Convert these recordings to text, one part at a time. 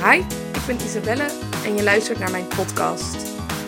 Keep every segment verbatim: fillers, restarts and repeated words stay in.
Hi, ik ben Isabelle en je luistert naar mijn podcast.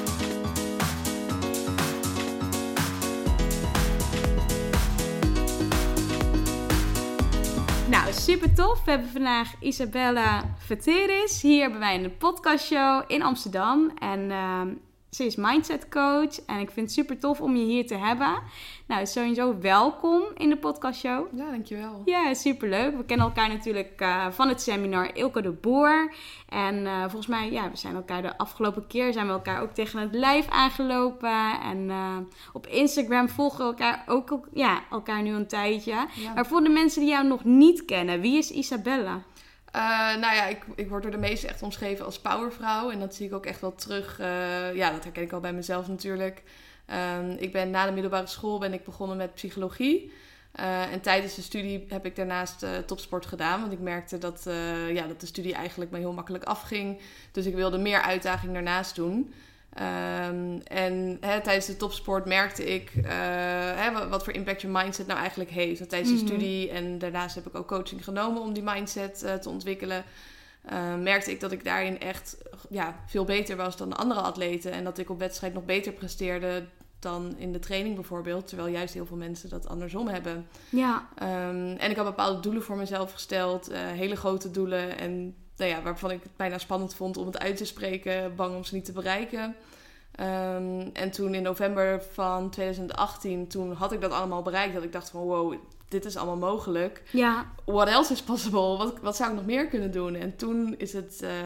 Nou, super tof. We hebben vandaag Isabelle Veteris hier bij mij in de podcastshow in Amsterdam. En uh, ze is mindset coach en ik vind het super tof om je hier te hebben. Nou, sowieso welkom in de podcastshow. Ja, dankjewel. Ja, superleuk. We kennen elkaar natuurlijk uh, van het seminar Ilke de Boer. En uh, volgens mij, ja, we zijn elkaar de afgelopen keer zijn we elkaar ook tegen het lijf aangelopen. En uh, op Instagram volgen we elkaar ook, ook ja, elkaar nu een tijdje. Ja. Maar voor de mensen die jou nog niet kennen, wie is Isabelle? Uh, nou ja, ik, ik word door de meesten echt omschreven als powervrouw. En dat zie ik ook echt wel terug. Uh, ja, dat herken ik al bij mezelf natuurlijk. Um, ik ben na de middelbare school ben ik begonnen met psychologie. Uh, en tijdens de studie heb ik daarnaast uh, topsport gedaan. Want ik merkte dat, uh, ja, dat de studie eigenlijk me heel makkelijk afging. Dus ik wilde meer uitdaging daarnaast doen. Um, en hè, tijdens de topsport merkte ik uh, hè, wat voor impact je mindset nou eigenlijk heeft. Want tijdens mm-hmm. de studie en daarnaast heb ik ook coaching genomen om die mindset uh, te ontwikkelen. Uh, merkte ik dat ik daarin echt ja, veel beter was dan de andere atleten. En dat ik op wedstrijd nog beter presteerde dan in de training bijvoorbeeld. Terwijl juist heel veel mensen dat andersom hebben. Ja. Um, en ik had bepaalde doelen voor mezelf gesteld. Uh, hele grote doelen. En nou ja, waarvan ik het bijna spannend vond om het uit te spreken. Bang om ze niet te bereiken. Um, en toen in november van twintig achttien, toen had ik dat allemaal bereikt. Dat ik dacht van wow, dit is allemaal mogelijk. Ja. What else is possible? Wat, wat zou ik nog meer kunnen doen? En toen is het uh,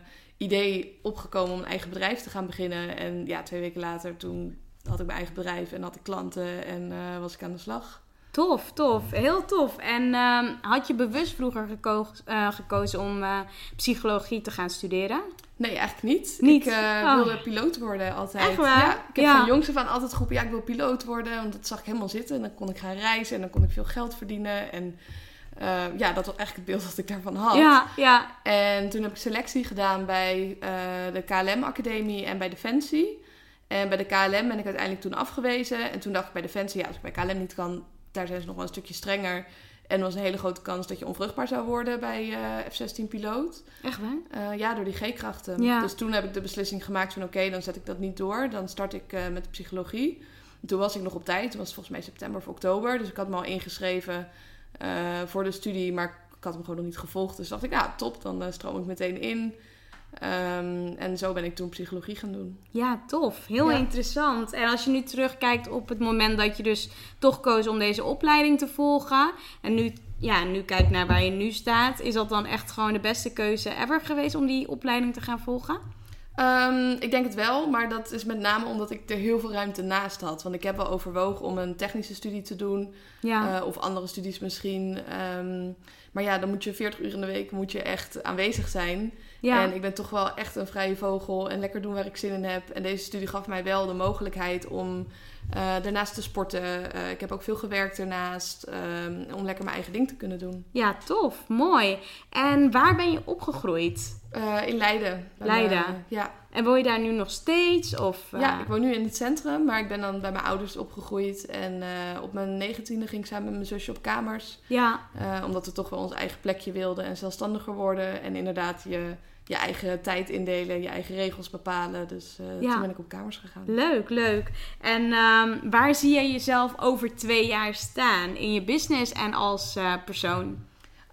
idee opgekomen om een eigen bedrijf te gaan beginnen. En ja, twee weken later toen had ik mijn eigen bedrijf en had ik klanten en uh, was ik aan de slag. Tof, tof. Heel tof. En uh, had je bewust vroeger geko- uh, gekozen om uh, psychologie te gaan studeren? Nee, eigenlijk niet. niet? Ik uh, oh. wilde piloot worden altijd. Echt waar? Ja, ik heb ja. van jongs af aan altijd geroepen, ja, ik wil piloot worden. Want dat zag ik helemaal zitten. En dan kon ik gaan reizen en dan kon ik veel geld verdienen. En uh, ja, dat was eigenlijk het beeld dat ik daarvan had. Ja, ja. En toen heb ik selectie gedaan bij uh, de K L M-academie en bij Defensie. En bij de K L M ben ik uiteindelijk toen afgewezen. En toen dacht ik bij Defensie, ja, als ik bij K L M niet kan, daar zijn ze nog wel een stukje strenger. En er was een hele grote kans dat je onvruchtbaar zou worden bij uh, F zestien piloot. Echt waar? Uh, ja, door die G-krachten. Ja. Dus toen heb ik de beslissing gemaakt van oké, okay, dan zet ik dat niet door. Dan start ik uh, met de psychologie. Toen was ik nog op tijd. Toen was het volgens mij september of oktober. Dus ik had me al ingeschreven uh, voor de studie. Maar ik had hem gewoon nog niet gevolgd. Dus dacht ik, ja, top. Dan uh, stroom ik meteen in. Um, en zo ben ik toen psychologie gaan doen. Ja, tof. Heel ja. interessant. En als je nu terugkijkt op het moment dat je dus toch koos om deze opleiding te volgen. En nu, ja, nu kijkt naar waar je nu staat. Is dat dan echt gewoon de beste keuze ever geweest om die opleiding te gaan volgen? Um, ik denk het wel, maar dat is met name omdat ik er heel veel ruimte naast had. Want ik heb wel overwogen om een technische studie te doen. Ja. Uh, of andere studies misschien. Um, maar ja, dan moet je veertig uur in de week moet je echt aanwezig zijn. Ja. En ik ben toch wel echt een vrije vogel en lekker doen waar ik zin in heb. En deze studie gaf mij wel de mogelijkheid om uh, daarnaast te sporten. Uh, ik heb ook veel gewerkt daarnaast um, om lekker mijn eigen ding te kunnen doen. Ja, tof. Mooi. En waar ben je opgegroeid? Uh, in Leiden. Leiden? Uh, ja. En woon je daar nu nog steeds? Of, uh... Ja, ik woon nu in het centrum, maar ik ben dan bij mijn ouders opgegroeid. En uh, op mijn negentiende ging ik samen met mijn zusje op kamers. Ja. Uh, omdat we toch wel ons eigen plekje wilden en zelfstandiger worden. En inderdaad je, je eigen tijd indelen, je eigen regels bepalen. Dus uh, ja. toen ben ik op kamers gegaan. Leuk, leuk. En um, waar zie je jezelf over twee jaar staan? In je business en als uh, persoon?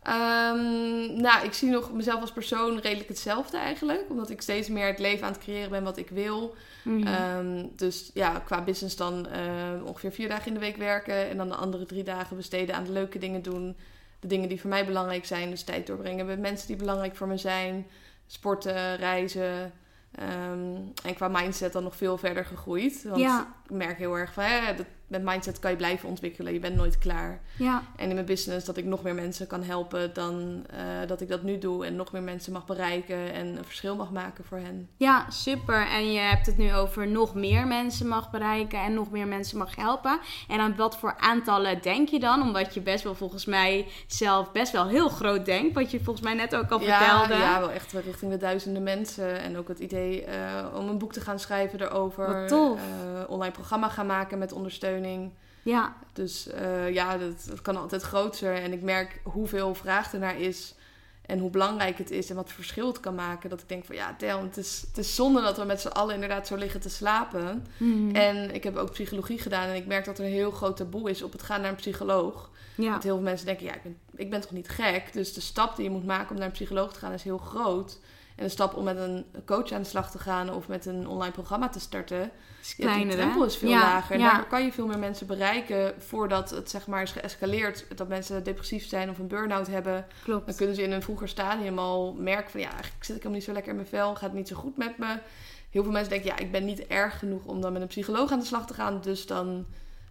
Um, nou, ik zie nog mezelf als persoon redelijk hetzelfde eigenlijk. Omdat ik steeds meer het leven aan het creëren ben wat ik wil. Mm-hmm. Um, dus ja, qua business dan uh, ongeveer vier dagen in de week werken. En dan de andere drie dagen besteden aan de leuke dingen doen. De dingen die voor mij belangrijk zijn. Dus tijd doorbrengen met mensen die belangrijk voor me zijn. Sporten, reizen. Um, en qua mindset dan nog veel verder gegroeid. Want ja. ik merk heel erg van... Ja, dat, met mindset kan je blijven ontwikkelen. Je bent nooit klaar. Ja. En in mijn business dat ik nog meer mensen kan helpen dan uh, dat ik dat nu doe. En nog meer mensen mag bereiken en een verschil mag maken voor hen. Ja, super. En je hebt het nu over nog meer mensen mag bereiken en nog meer mensen mag helpen. En aan wat voor aantallen denk je dan? Omdat je best wel volgens mij zelf best wel heel groot denkt. Wat je volgens mij net ook al ja, vertelde. Ja, wel echt richting de duizenden mensen. En ook het idee uh, om een boek te gaan schrijven erover. Wat tof. Uh, online programma gaan maken met ondersteuning. Ja. Dus uh, ja, dat, dat kan altijd groter. En ik merk hoeveel vraag er naar is. En hoe belangrijk het is en wat verschil het kan maken. Dat ik denk van ja, damn, het is, het is zonde dat we met z'n allen inderdaad zo liggen te slapen. Mm. En ik heb ook psychologie gedaan. En ik merk dat er een heel groot taboe is op het gaan naar een psycholoog. Ja. Dat heel veel mensen denken, ja, ik ben, ik ben toch niet gek? Dus de stap die je moet maken om naar een psycholoog te gaan is heel groot. En de stap om met een coach aan de slag te gaan of met een online programma te starten, Is ja, kleiner, die drempel hè? is veel Ja, lager. En ja. daardoor kan je veel meer mensen bereiken voordat het zeg maar is geëscaleerd. Dat mensen depressief zijn of een burn-out hebben. Klopt. Dan kunnen ze in een vroeger stadium al merken van ja, eigenlijk zit ik helemaal niet zo lekker in mijn vel. Gaat het niet zo goed met me. Heel veel mensen denken, ja, ik ben niet erg genoeg om dan met een psycholoog aan de slag te gaan. Dus dan,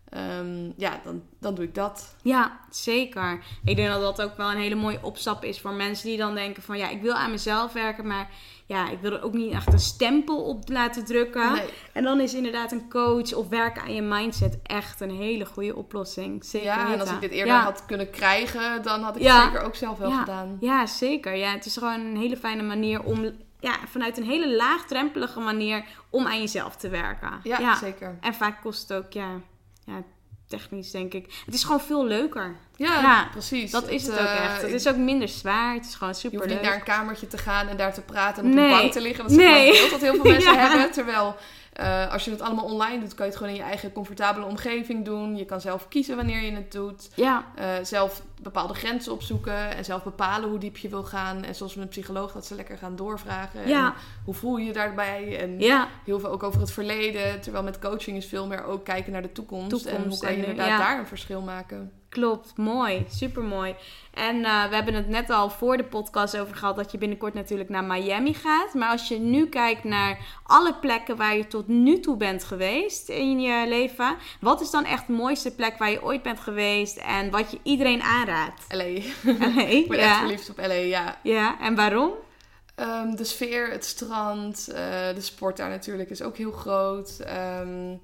um, ja, dan, dan doe ik dat. Ja, zeker. Ik denk dat dat ook wel een hele mooie opstap is voor mensen die dan denken van ja, ik wil aan mezelf werken, maar ja, ik wil er ook niet echt een stempel op laten drukken. Nee. En dan is inderdaad een coach of werken aan je mindset echt een hele goede oplossing. Zeker Ja, weten. en als ik dit eerder Ja. had kunnen krijgen, dan had ik Ja. het zeker ook zelf wel ja. gedaan. Ja, zeker. Ja, het is gewoon een hele fijne manier om, ja, vanuit een hele laagdrempelige manier om aan jezelf te werken. Ja, zeker. En vaak kost het ook, ja, ja, technisch denk ik. Het is gewoon veel leuker. Ja, Ja, precies. Dat is het uh, ook echt. Het is ook minder zwaar. Het is gewoon Je super hoeft niet leuk. naar een kamertje te gaan en daar te praten en op Nee. een bank te liggen. Dat is Nee. een beeld dat heel veel mensen Ja. hebben. Terwijl uh, als je het allemaal online doet, kan je het gewoon in je eigen comfortabele omgeving doen. Je kan zelf kiezen wanneer je het doet. Ja, Uh, zelf bepaalde grenzen opzoeken en zelf bepalen hoe diep je wil gaan. En zoals met een psycholoog dat ze lekker gaan doorvragen. Ja. En hoe voel je je daarbij? En ja, heel veel ook over het verleden. Terwijl met coaching is veel meer ook kijken naar de toekomst. Toekomst en hoe kan je en, inderdaad ja. daar een verschil maken. klopt. Mooi. Super mooi. En uh, we hebben het net al voor de podcast over gehad dat je binnenkort natuurlijk naar Miami gaat. Maar als je nu kijkt naar alle plekken waar je tot nu toe bent geweest in je leven. Wat is dan echt de mooiste plek waar je ooit bent geweest en wat je iedereen aanraadt? L A. L A, Ik ben ja. echt verliefd op L A, ja. Ja, en waarom? Um, de sfeer, het strand, uh, de sport daar natuurlijk is ook heel groot. Um,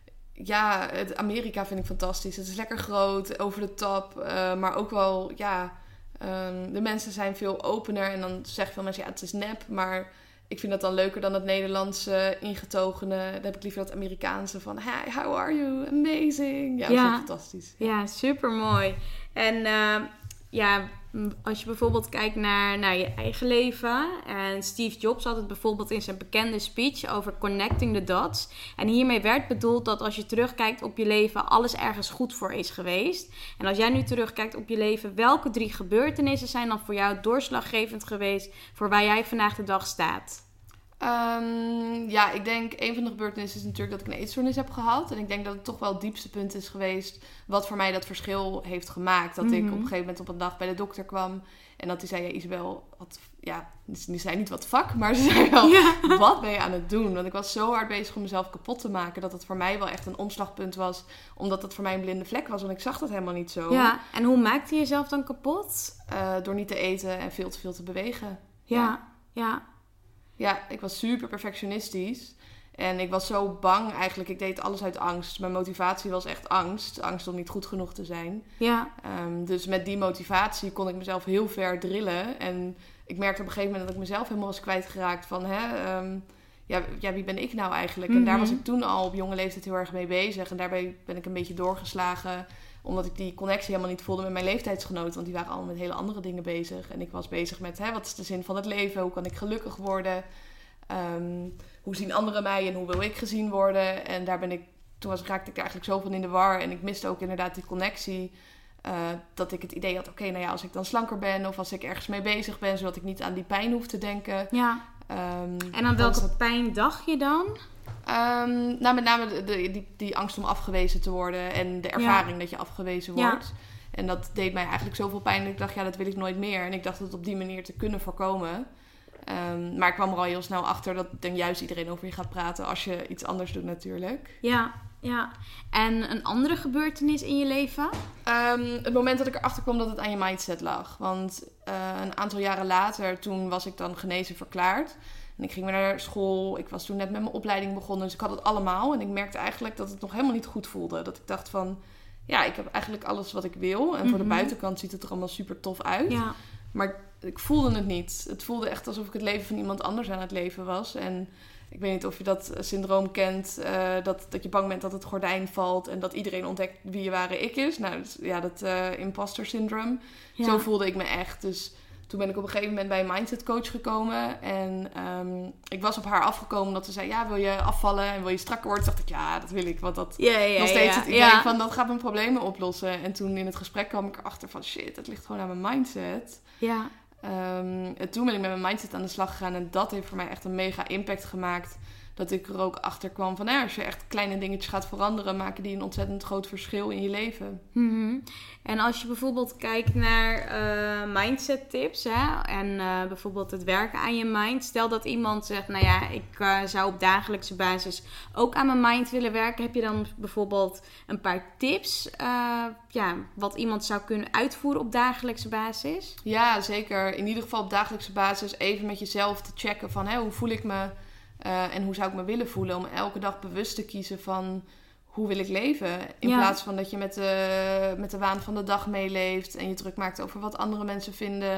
ja, het Amerika vind ik fantastisch. Het is lekker groot, over de top. Uh, maar ook wel, ja, um, de mensen zijn veel opener. En dan zeggen veel mensen, ja, het is nep. Maar ik vind dat dan leuker dan het Nederlandse ingetogene. Dan heb ik liever dat Amerikaanse van, hi, how are you? Amazing. Ja, dat Ja. vind ik fantastisch. Ja, super mooi. En uh, ja, als je bijvoorbeeld kijkt naar, naar je eigen leven. En Steve Jobs had het bijvoorbeeld in zijn bekende speech over connecting the dots. En hiermee werd bedoeld dat als je terugkijkt op je leven, alles ergens goed voor is geweest. En als jij nu terugkijkt op je leven, welke drie gebeurtenissen zijn dan voor jou doorslaggevend geweest voor waar jij vandaag de dag staat? Um, ja, ik denk een van de gebeurtenissen is natuurlijk dat ik een eetstoornis heb gehad. En ik denk dat het toch wel het diepste punt is geweest wat voor mij dat verschil heeft gemaakt. Dat Mm-hmm. ik op een gegeven moment op een dag bij de dokter kwam en dat hij zei, ja Isabel, wat, ja, die zei niet wat vak, maar ze zei wel, Ja. wat ben je aan het doen? Want ik was zo hard bezig om mezelf kapot te maken dat het voor mij wel echt een omslagpunt was. Omdat het voor mij een blinde vlek was, want ik zag dat helemaal niet zo. Ja, en hoe maakte je jezelf dan kapot? Uh, door niet te eten en veel te veel te bewegen. Ja, ja. Ja, ik was super perfectionistisch. En ik was zo bang eigenlijk. Ik deed alles uit angst. Mijn motivatie was echt angst. Angst om niet goed genoeg te zijn. Ja, Um, dus met die motivatie kon ik mezelf heel ver drillen. En ik merkte op een gegeven moment dat ik mezelf helemaal was kwijtgeraakt. Van, hè, um, ja, ja, wie ben ik nou eigenlijk? Mhm. En daar was ik toen al op jonge leeftijd heel erg mee bezig. En daarbij ben ik een beetje doorgeslagen. Omdat ik die connectie helemaal niet voelde met mijn leeftijdsgenoten. Want die waren allemaal met hele andere dingen bezig. En ik was bezig met, hè, wat is de zin van het leven? Hoe kan ik gelukkig worden? Um, hoe zien anderen mij en hoe wil ik gezien worden? En daar ben ik, toen was, raakte ik eigenlijk zo van in de war. En ik miste ook inderdaad die connectie. Uh, dat ik het idee had, oké, okay, nou ja, als ik dan slanker ben... of als ik ergens mee bezig ben, zodat ik niet aan die pijn hoef te denken. ja. Um, En aan welke dat... pijn dacht je dan? Um, nou, met name de, de, die, die angst om afgewezen te worden en de ervaring ja. dat je afgewezen wordt. Ja. En dat deed mij eigenlijk zoveel pijn dat ik dacht, ja, dat wil ik nooit meer. En ik dacht het op die manier te kunnen voorkomen. Um, maar ik kwam er al heel snel achter dat dan juist iedereen over je gaat praten als je iets anders doet natuurlijk. Ja, ja. En een andere gebeurtenis in je leven? Um, het moment dat ik erachter kwam dat het aan je mindset lag. Want uh, een aantal jaren later, toen was ik dan genezen verklaard. En ik ging weer naar school. Ik was toen net met mijn opleiding begonnen. Dus ik had het allemaal. En ik merkte eigenlijk dat het nog helemaal niet goed voelde. Dat ik dacht van, ja, ik heb eigenlijk alles wat ik wil. En mm-hmm. voor de buitenkant ziet het er allemaal super tof uit. Ja. Maar ik voelde het niet. Het voelde echt alsof ik het leven van iemand anders aan het leven was. En ik weet niet of je dat syndroom kent. Uh, dat, dat je bang bent dat het gordijn valt. En dat iedereen ontdekt wie je ware ik is. Nou, dus, ja, dat uh, imposter syndroom. Ja. Zo voelde ik me echt. Dus toen ben ik op een gegeven moment bij een mindset coach gekomen. En um, ik was op haar afgekomen omdat ze zei, ja, wil je afvallen en wil je strakker worden? Toen dacht ik, ja, dat wil ik. Want dat ja, ja, nog steeds ja, het idee ja. van, dat gaat mijn problemen oplossen. En toen in het gesprek kwam ik erachter van, shit, het ligt gewoon aan mijn mindset. Ja. Um, en toen ben ik met mijn mindset aan de slag gegaan. En dat heeft voor mij echt een mega impact gemaakt. Dat ik er ook achter kwam van, ja, als je echt kleine dingetjes gaat veranderen, maken die een ontzettend groot verschil in je leven. Mm-hmm. En als je bijvoorbeeld kijkt naar uh, mindset tips, hè, en uh, bijvoorbeeld het werken aan je mind. Stel dat iemand zegt, nou ja, ik uh, zou op dagelijkse basis ook aan mijn mind willen werken. Heb je dan bijvoorbeeld een paar tips, uh, ja, wat iemand zou kunnen uitvoeren op dagelijkse basis? Ja, zeker. In ieder geval op dagelijkse basis even met jezelf te checken van, hè, hoe voel ik me? Uh, en hoe zou ik me willen voelen om elke dag bewust te kiezen van hoe wil ik leven? In ja. plaats van dat je met de, met de waan van de dag meeleeft en je druk maakt over wat andere mensen vinden.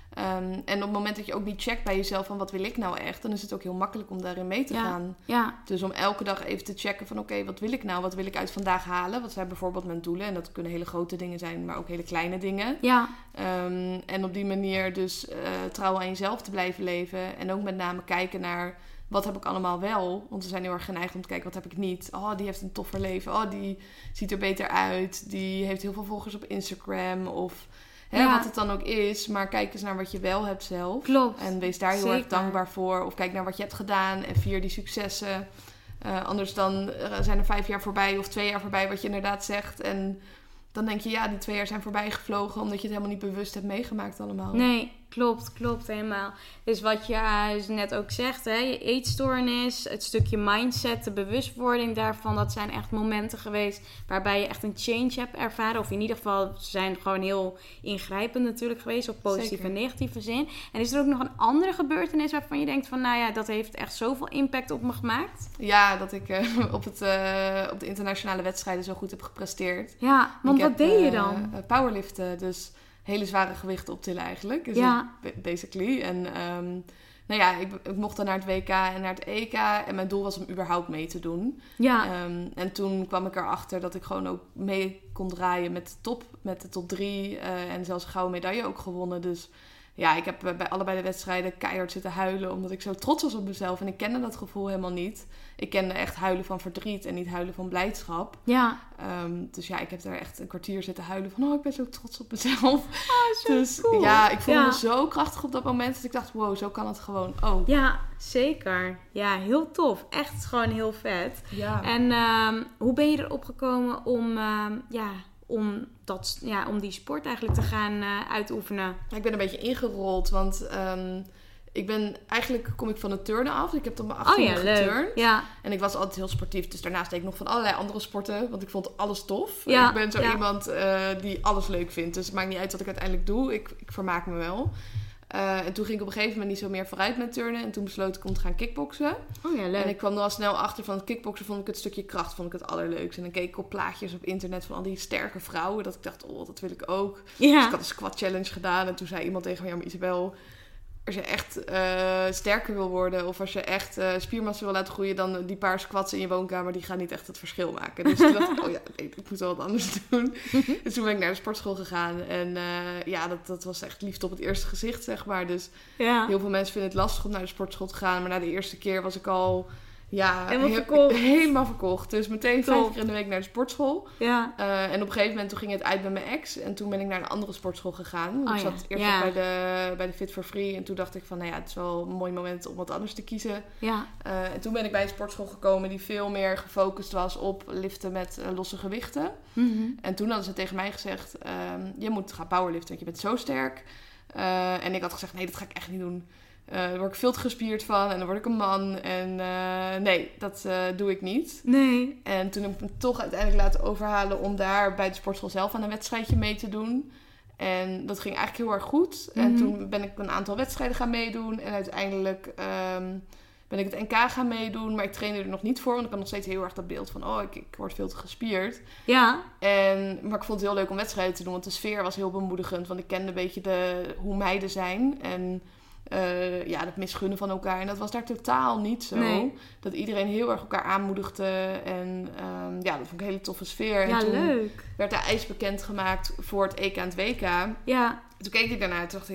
Um, en op het moment dat je ook niet checkt bij jezelf van wat wil ik nou echt, dan is het ook heel makkelijk om daarin mee te ja. gaan. Ja. Dus om elke dag even te checken van oké, okay, wat wil ik nou? Wat wil ik uit vandaag halen? Wat zijn bijvoorbeeld mijn doelen? En dat kunnen hele grote dingen zijn, maar ook hele kleine dingen. Ja. Um, en op die manier dus uh, trouw aan jezelf te blijven leven. En ook met name kijken naar wat heb ik allemaal wel? Want we zijn heel erg geneigd om te kijken, wat heb ik niet? Oh, die heeft een toffer leven. Oh, die ziet er beter uit. Die heeft heel veel volgers op Instagram. Of hè, ja. wat het dan ook is. Maar kijk eens naar wat je wel hebt zelf. Klopt. En wees daar heel Zeker. erg dankbaar voor. Of kijk naar wat je hebt gedaan en vier die successen. Uh, anders dan uh, zijn er vijf jaar voorbij of twee jaar voorbij wat je inderdaad zegt. En dan denk je, ja, die twee jaar zijn voorbij gevlogen omdat je het helemaal niet bewust hebt meegemaakt allemaal. Nee, klopt, klopt helemaal. Dus wat je uh, net ook zegt, hè, je eetstoornis, het stukje mindset, de bewustwording daarvan, dat zijn echt momenten geweest waarbij je echt een change hebt ervaren. Of in ieder geval, ze zijn gewoon heel ingrijpend natuurlijk geweest, op positieve Zeker. en negatieve zin. En is er ook nog een andere gebeurtenis waarvan je denkt van, nou ja, dat heeft echt zoveel impact op me gemaakt? Ja, dat ik uh, op, het, uh, op de internationale wedstrijden zo goed heb gepresteerd. Ja, want ik wat heb, deed je uh, dan? Powerliften, dus hele zware gewichten optillen eigenlijk. Dus Ja. ik, basically. En um, nou ja, ik, ik mocht dan naar het W K en naar het E K. En mijn doel was om überhaupt mee te doen. Ja. Um, en toen kwam ik erachter dat ik gewoon ook mee kon draaien met de top. Met de top drie. Uh, en zelfs een gouden medaille ook gewonnen. Dus ja, ik heb bij allebei de wedstrijden keihard zitten huilen. Omdat ik zo trots was op mezelf. En ik kende dat gevoel helemaal niet. Ik kende echt huilen van verdriet en niet huilen van blijdschap. Ja. Um, dus ja, ik heb daar echt een kwartier zitten huilen van, oh, ik ben zo trots op mezelf. Oh, zo Dus cool. ja, ik voelde Ja. me zo krachtig op dat moment dat ik dacht, wow, zo kan het gewoon ook. Ja, zeker. Ja, heel tof. Echt gewoon heel vet. Ja. En um, hoe ben je erop gekomen om, um, ja, om, dat, ja, om die sport eigenlijk te gaan uh, uitoefenen? Ik ben een beetje ingerold, want um, ik ben, eigenlijk kom ik van het turnen af. Ik heb tot mijn achttiende oh ja, leuk. geturnd. Ja. En ik was altijd heel sportief. Dus daarnaast deed ik nog van allerlei andere sporten. Want ik vond alles tof. Ja, Ik ben zo ja. iemand uh, die alles leuk vindt. Dus het maakt niet uit wat ik uiteindelijk doe. Ik, ik vermaak me wel. Uh, en toen ging ik op een gegeven moment niet zo meer vooruit met turnen. En toen besloot ik om te gaan kickboksen. Oh ja, leuk. En ik kwam er al snel achter van het kickboksen vond ik het stukje kracht vond ik het allerleukst. En dan keek ik op plaatjes op internet van al die sterke vrouwen. Dat ik dacht, oh, dat wil ik ook. Ja. Dus ik had een squat challenge gedaan. En toen zei iemand tegen me, ja maar Isabel, als je echt uh, sterker wil worden of als je echt uh, spiermassa wil laten groeien, dan die paar squats in je woonkamer, die gaan niet echt het verschil maken. Dus toen dacht ik, oh ja, nee, ik moet wel wat anders doen. Dus toen ben ik naar de sportschool gegaan. En uh, ja, dat, dat was echt liefde op het eerste gezicht, zeg maar. Dus Ja. heel veel mensen vinden het lastig om naar de sportschool te gaan. Maar na de eerste keer was ik al ja, Helemaal he- verkocht. helemaal verkocht. Dus meteen Top. vijf keer in de week naar de sportschool. Ja. Uh, en op een gegeven moment toen ging het uit bij mijn ex. En toen ben ik naar een andere sportschool gegaan. Want Oh ik ja, zat eerst ja. nog bij de, bij de Fit for Free. En toen dacht ik van, nou ja, het is wel een mooi moment om wat anders te kiezen. Ja. Uh, en toen ben ik bij een sportschool gekomen die veel meer gefocust was op liften met uh, losse gewichten. Mm-hmm. En toen hadden ze tegen mij gezegd, um, je moet gaan powerliften, want je bent zo sterk. Uh, en ik had gezegd, nee, dat ga ik echt niet doen. Uh, daar word ik veel te gespierd van en dan word ik een man. En uh, nee, dat uh, doe ik niet. Nee. En toen heb ik me toch uiteindelijk laten overhalen om daar bij de sportschool zelf aan een wedstrijdje mee te doen. En dat ging eigenlijk heel erg goed. Mm-hmm. En toen ben ik een aantal wedstrijden gaan meedoen. En uiteindelijk um, ben ik het N K gaan meedoen. Maar ik trainde er nog niet voor. Want ik had nog steeds heel erg dat beeld van, oh, ik, ik word veel te gespierd. Ja. En, maar ik vond het heel leuk om wedstrijden te doen. Want de sfeer was heel bemoedigend. Want ik kende een beetje de, hoe meiden zijn. En Uh, ja, het misgunnen van elkaar. En dat was daar totaal niet zo. Nee. Dat iedereen heel erg elkaar aanmoedigde. En um, ja, dat vond ik een hele toffe sfeer. Ja, en toen leuk. werd de ijs bekendgemaakt voor het E K en het W K. Ja. Toen keek ik daarna en toen dacht ik,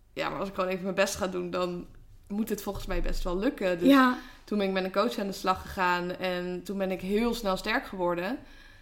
ja, maar als ik gewoon even mijn best ga doen, dan moet het volgens mij best wel lukken. Dus Ja. toen ben ik met een coach aan de slag gegaan en toen ben ik heel snel sterk geworden.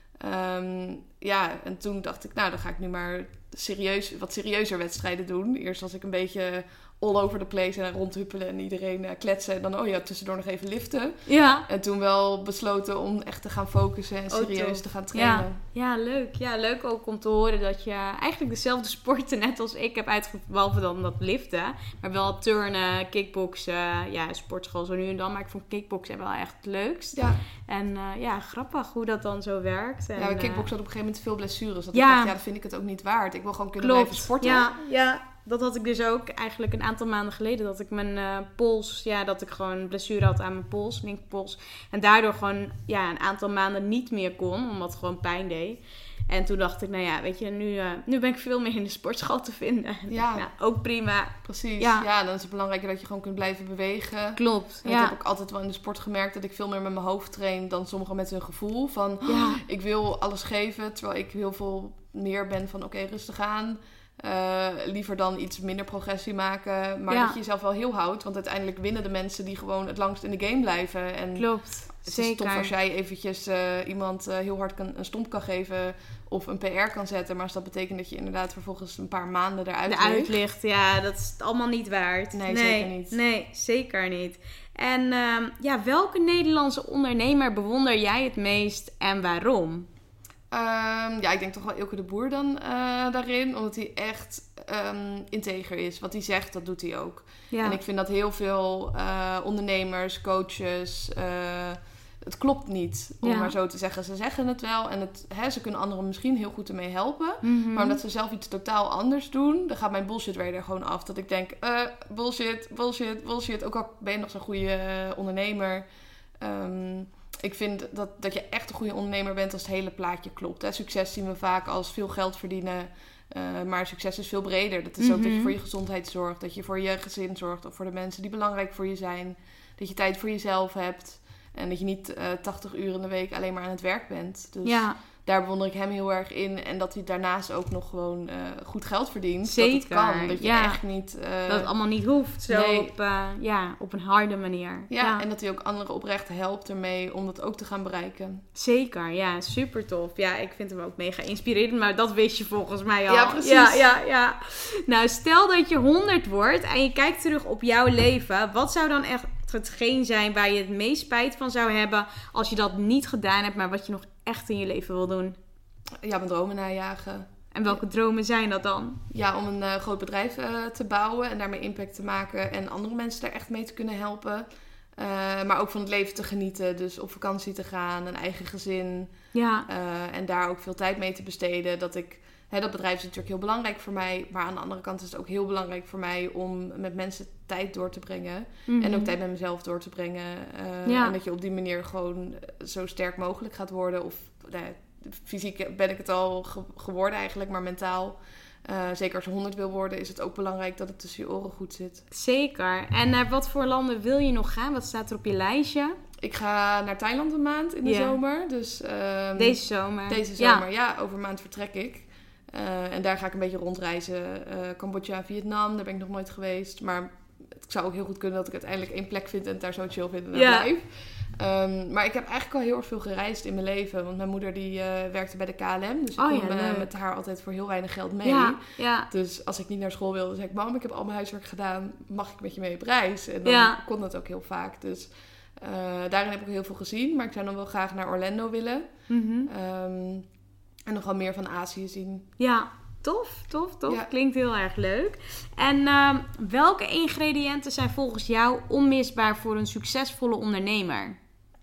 Um, ja, en toen dacht ik, nou, dan ga ik nu maar serieus, wat serieuzer wedstrijden doen. Eerst was ik een beetje all over the place en rondhuppelen en iedereen uh, kletsen. En dan, oh ja, tussendoor nog even liften. Ja. En toen wel besloten om echt te gaan focussen en serieus oh, te gaan trainen. Ja. ja, leuk. Ja, leuk ook om te horen dat je eigenlijk dezelfde sporten net als ik heb uitgevoerd. Behalve dan dat liften. Maar wel turnen, kickboksen, ja, sportschool zo nu en dan. Maar ik vond kickboksen wel echt het leukst. Ja. En uh, ja, grappig hoe dat dan zo werkt. En, ja, maar kickboksen had op een gegeven moment veel blessures. Dat ja. ik dacht, ja, dat vind ik het ook niet waard. Ik wil gewoon kunnen Klopt. blijven sporten. Ja, ja. Dat had ik dus ook eigenlijk een aantal maanden geleden. Dat ik mijn uh, pols, ja, dat ik gewoon een blessure had aan mijn pols, linkerpols. En daardoor gewoon ja, een aantal maanden niet meer kon, omdat het gewoon pijn deed. En toen dacht ik, nou ja, weet je, nu, uh, nu ben ik veel meer in de sportschool te vinden. Ja. Nou, ook prima. Precies. Ja. ja, dan is het belangrijk dat je gewoon kunt blijven bewegen. Klopt. En ja. dat heb ik altijd wel in de sport gemerkt, dat ik veel meer met mijn hoofd train dan sommigen met hun gevoel. Van, Ja. oh, ik wil alles geven, terwijl ik heel veel meer ben van, oké, okay, rustig aan. Uh, liever dan iets minder progressie maken. Maar ja. dat je jezelf wel heel houdt. Want uiteindelijk winnen de mensen die gewoon het langst in de game blijven. En Klopt, het zeker. is tof als jij eventjes uh, iemand uh, heel hard kan, een stomp kan geven. Of een P R kan zetten. Maar als dat betekent dat je inderdaad vervolgens een paar maanden eruit ligt. Eruit ligt, ja. Dat is allemaal niet waard. Nee, nee zeker niet. Nee, zeker niet. En uh, ja, welke Nederlandse ondernemer bewonder jij het meest en waarom? Um, ja, ik denk toch wel Ilke de Boer dan uh, daarin. Omdat hij echt um, integer is. Wat hij zegt, dat doet hij ook. Ja. En ik vind dat heel veel uh, ondernemers, coaches... Uh, het klopt niet, om ja. maar zo te zeggen. Ze zeggen het wel en het, hè, ze kunnen anderen misschien heel goed ermee helpen. Mm-hmm. Maar omdat ze zelf iets totaal anders doen... dan gaat mijn bullshit weer er gewoon af. Dat ik denk, uh, bullshit, bullshit, bullshit. Ook al ben je nog zo'n goede uh, ondernemer... Um, Ik vind dat, dat je echt een goede ondernemer bent als het hele plaatje klopt. Hè? Succes zien we vaak als veel geld verdienen. Uh, maar succes is veel breder. Dat is mm-hmm. ook dat je voor je gezondheid zorgt. Dat je voor je gezin zorgt. Of voor de mensen die belangrijk voor je zijn. Dat je tijd voor jezelf hebt. En dat je niet uh, tachtig uur in de week alleen maar aan het werk bent. Dus ja. daar bewonder ik hem heel erg in. En dat hij daarnaast ook nog gewoon uh, goed geld verdient. Zeker. Dat het kan. Dat je ja. echt niet... Uh, dat het allemaal niet hoeft. Zo nee. op, uh, ja, op een harde manier. Ja, ja, en dat hij ook anderen oprecht helpt ermee om dat ook te gaan bereiken. Zeker, ja. Super tof. Ja, ik vind hem ook mega inspirerend. Maar dat wist je volgens mij al. Ja, precies. Ja, ja, ja. Nou, stel dat je honderd wordt en je kijkt terug op jouw leven. Wat zou dan echt hetgeen zijn waar je het meest spijt van zou hebben als je dat niet gedaan hebt, maar wat je nog echt in je leven wil doen? Ja, mijn dromen najagen. En welke dromen zijn dat dan? Ja, om een uh, groot bedrijf uh, te bouwen en daarmee impact te maken en andere mensen daar echt mee te kunnen helpen. Uh, maar ook van het leven te genieten. Dus op vakantie te gaan, een eigen gezin. Ja. Uh, en daar ook veel tijd mee te besteden. Dat ik, hè, dat bedrijf is natuurlijk heel belangrijk voor mij. Maar aan de andere kant is het ook heel belangrijk voor mij om met mensen tijd door te brengen. Mm-hmm. En ook tijd met mezelf door te brengen. Uh, ja. En dat je op die manier gewoon zo sterk mogelijk gaat worden. Of nou, fysiek ben ik het al ge- geworden eigenlijk, maar mentaal... Uh, zeker als je honderd wil worden, is het ook belangrijk dat het tussen je oren goed zit. Zeker. En naar wat voor landen wil je nog gaan? Wat staat er op je lijstje? Ik ga naar Thailand een maand in de yeah. zomer. Dus, um, deze zomer? Deze zomer, ja. ja. Over een maand vertrek ik. Uh, en daar ga ik een beetje rondreizen. Uh, Cambodja, Vietnam, daar ben ik nog nooit geweest. Maar het zou ook heel goed kunnen dat ik uiteindelijk één plek vind en het daar zo chill vind en daar yeah. blijf. Um, maar ik heb eigenlijk al heel erg veel gereisd in mijn leven. Want mijn moeder die uh, werkte bij de K L M. Dus ik oh, kon ja, uh, met haar altijd voor heel weinig geld mee. Ja, ja. Dus als ik niet naar school wilde, zei ik... Mam, ik heb al mijn huiswerk gedaan. Mag ik met je mee op reis? En dan ja. kon dat ook heel vaak. Dus uh, daarin heb ik heel veel gezien. Maar ik zou dan wel graag naar Orlando willen. Mm-hmm. Um, en nog wel meer van Azië zien. Ja, tof, tof, tof. Ja. Klinkt heel erg leuk. En uh, welke ingrediënten zijn volgens jou onmisbaar voor een succesvolle ondernemer?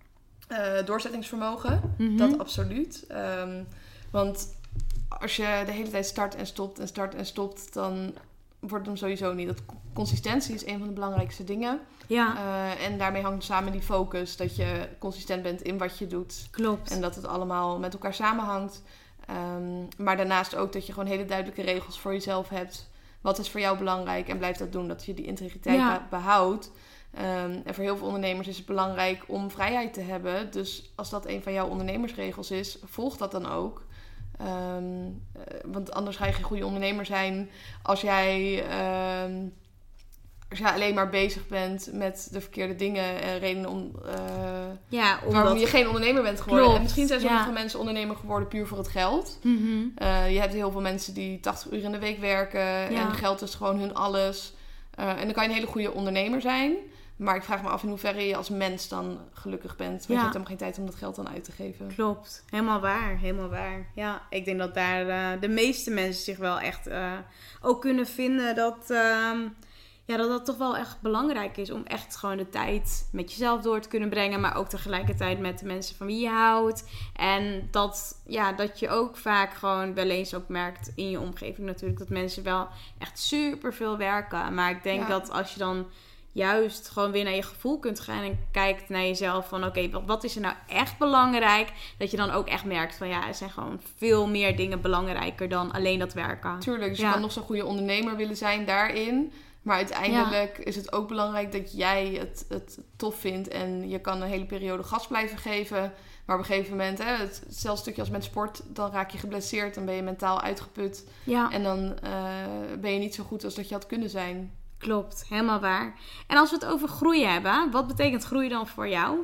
Uh, doorzettingsvermogen, mm-hmm. dat absoluut. Um, want als je de hele tijd start en stopt en start en stopt, dan wordt het hem sowieso niet. Dat consistentie is een van de belangrijkste dingen. Ja. Uh, en daarmee hangt samen die focus, dat je consistent bent in wat je doet. Klopt. En dat het allemaal met elkaar samenhangt. Um, maar daarnaast ook dat je gewoon hele duidelijke regels voor jezelf hebt. Wat is voor jou belangrijk en blijf dat doen, dat je die integriteit ja. behoudt. Um, en voor heel veel ondernemers is het belangrijk om vrijheid te hebben. Dus als dat een van jouw ondernemersregels is, volg dat dan ook. Um, uh, want anders ga je geen goede ondernemer zijn als jij, um, als jij alleen maar bezig bent met de verkeerde dingen en redenen om, uh, ja, omdat... waarom je geen ondernemer bent geworden. Klopt, en misschien zijn sommige ja. mensen ondernemer geworden puur voor het geld. Mm-hmm. Uh, je hebt heel veel mensen die tachtig uur in de week werken ja. en geld is gewoon hun alles. Uh, en dan kan je een hele goede ondernemer zijn. Maar ik vraag me af in hoeverre je als mens dan gelukkig bent. Want ja. je hebt helemaal geen tijd om dat geld dan uit te geven. Klopt. Helemaal waar. Helemaal waar. Ja, ik denk dat daar uh, de meeste mensen zich wel echt uh, ook kunnen vinden. Dat, uh, ja, dat dat toch wel echt belangrijk is. Om echt gewoon de tijd met jezelf door te kunnen brengen. Maar ook tegelijkertijd met de mensen van wie je houdt. En dat, ja, dat je ook vaak gewoon wel eens ook merkt in je omgeving natuurlijk. Dat mensen wel echt super veel werken. Maar ik denk ja. dat als je dan... juist gewoon weer naar je gevoel kunt gaan en kijkt naar jezelf van oké, okay, wat, wat is er nou echt belangrijk? Dat je dan ook echt merkt van ja, er zijn gewoon veel meer dingen belangrijker dan alleen dat werken. Tuurlijk, dus ja. je kan nog zo'n goede ondernemer willen zijn daarin. Maar uiteindelijk ja. is het ook belangrijk dat jij het, het tof vindt en je kan een hele periode gas blijven geven. Maar op een gegeven moment, hè, hetzelfde stukje als met sport, dan raak je geblesseerd, dan ben je mentaal uitgeput. Ja. En dan uh, ben je niet zo goed als dat je had kunnen zijn. Klopt, helemaal waar. En als we het over groei hebben, wat betekent groei dan voor jou?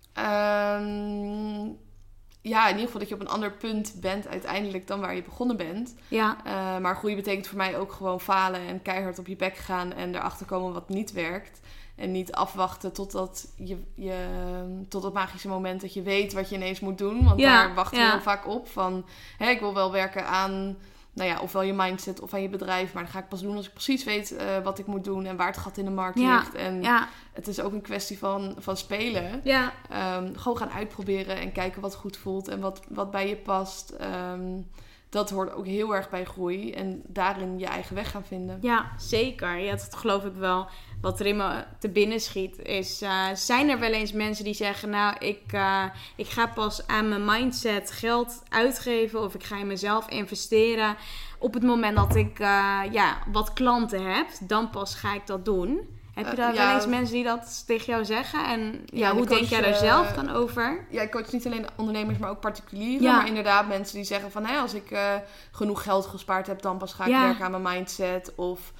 Um, ja, in ieder geval dat je op een ander punt bent uiteindelijk dan waar je begonnen bent. Ja. Uh, maar groei betekent voor mij ook gewoon falen en keihard op je bek gaan en erachter komen wat niet werkt. En niet afwachten totdat je, je tot dat magische moment dat je weet wat je ineens moet doen. Want ja, daar wachten we ja. heel vaak op van, hè, ik wil wel werken aan... nou ja, ofwel je mindset of aan je bedrijf. Maar dan ga ik pas doen als ik precies weet uh, wat ik moet doen en waar het gat in de markt ja, ligt. En ja. het is ook een kwestie van, van spelen. Ja. Um, gewoon gaan uitproberen en kijken wat goed voelt en wat, wat bij je past. Um, dat hoort ook heel erg bij groei. En daarin je eigen weg gaan vinden. Ja, zeker. Ja, dat geloof ik wel. Wat er in me te binnen schiet is... Uh, zijn er wel eens mensen die zeggen... nou, ik, uh, ik ga pas aan mijn mindset geld uitgeven... of ik ga in mezelf investeren... op het moment dat ik uh, ja, wat klanten heb... dan pas ga ik dat doen... Heb je daar uh, ja, wel eens mensen die dat tegen jou zeggen? En ja, ja hoe coach, denk jij daar zelf dan over? Ja, ik coach niet alleen ondernemers, maar ook particulieren. Ja. Maar inderdaad mensen die zeggen van... Hey, als ik uh, genoeg geld gespaard heb, dan pas ga ik ja. werken aan mijn mindset. Of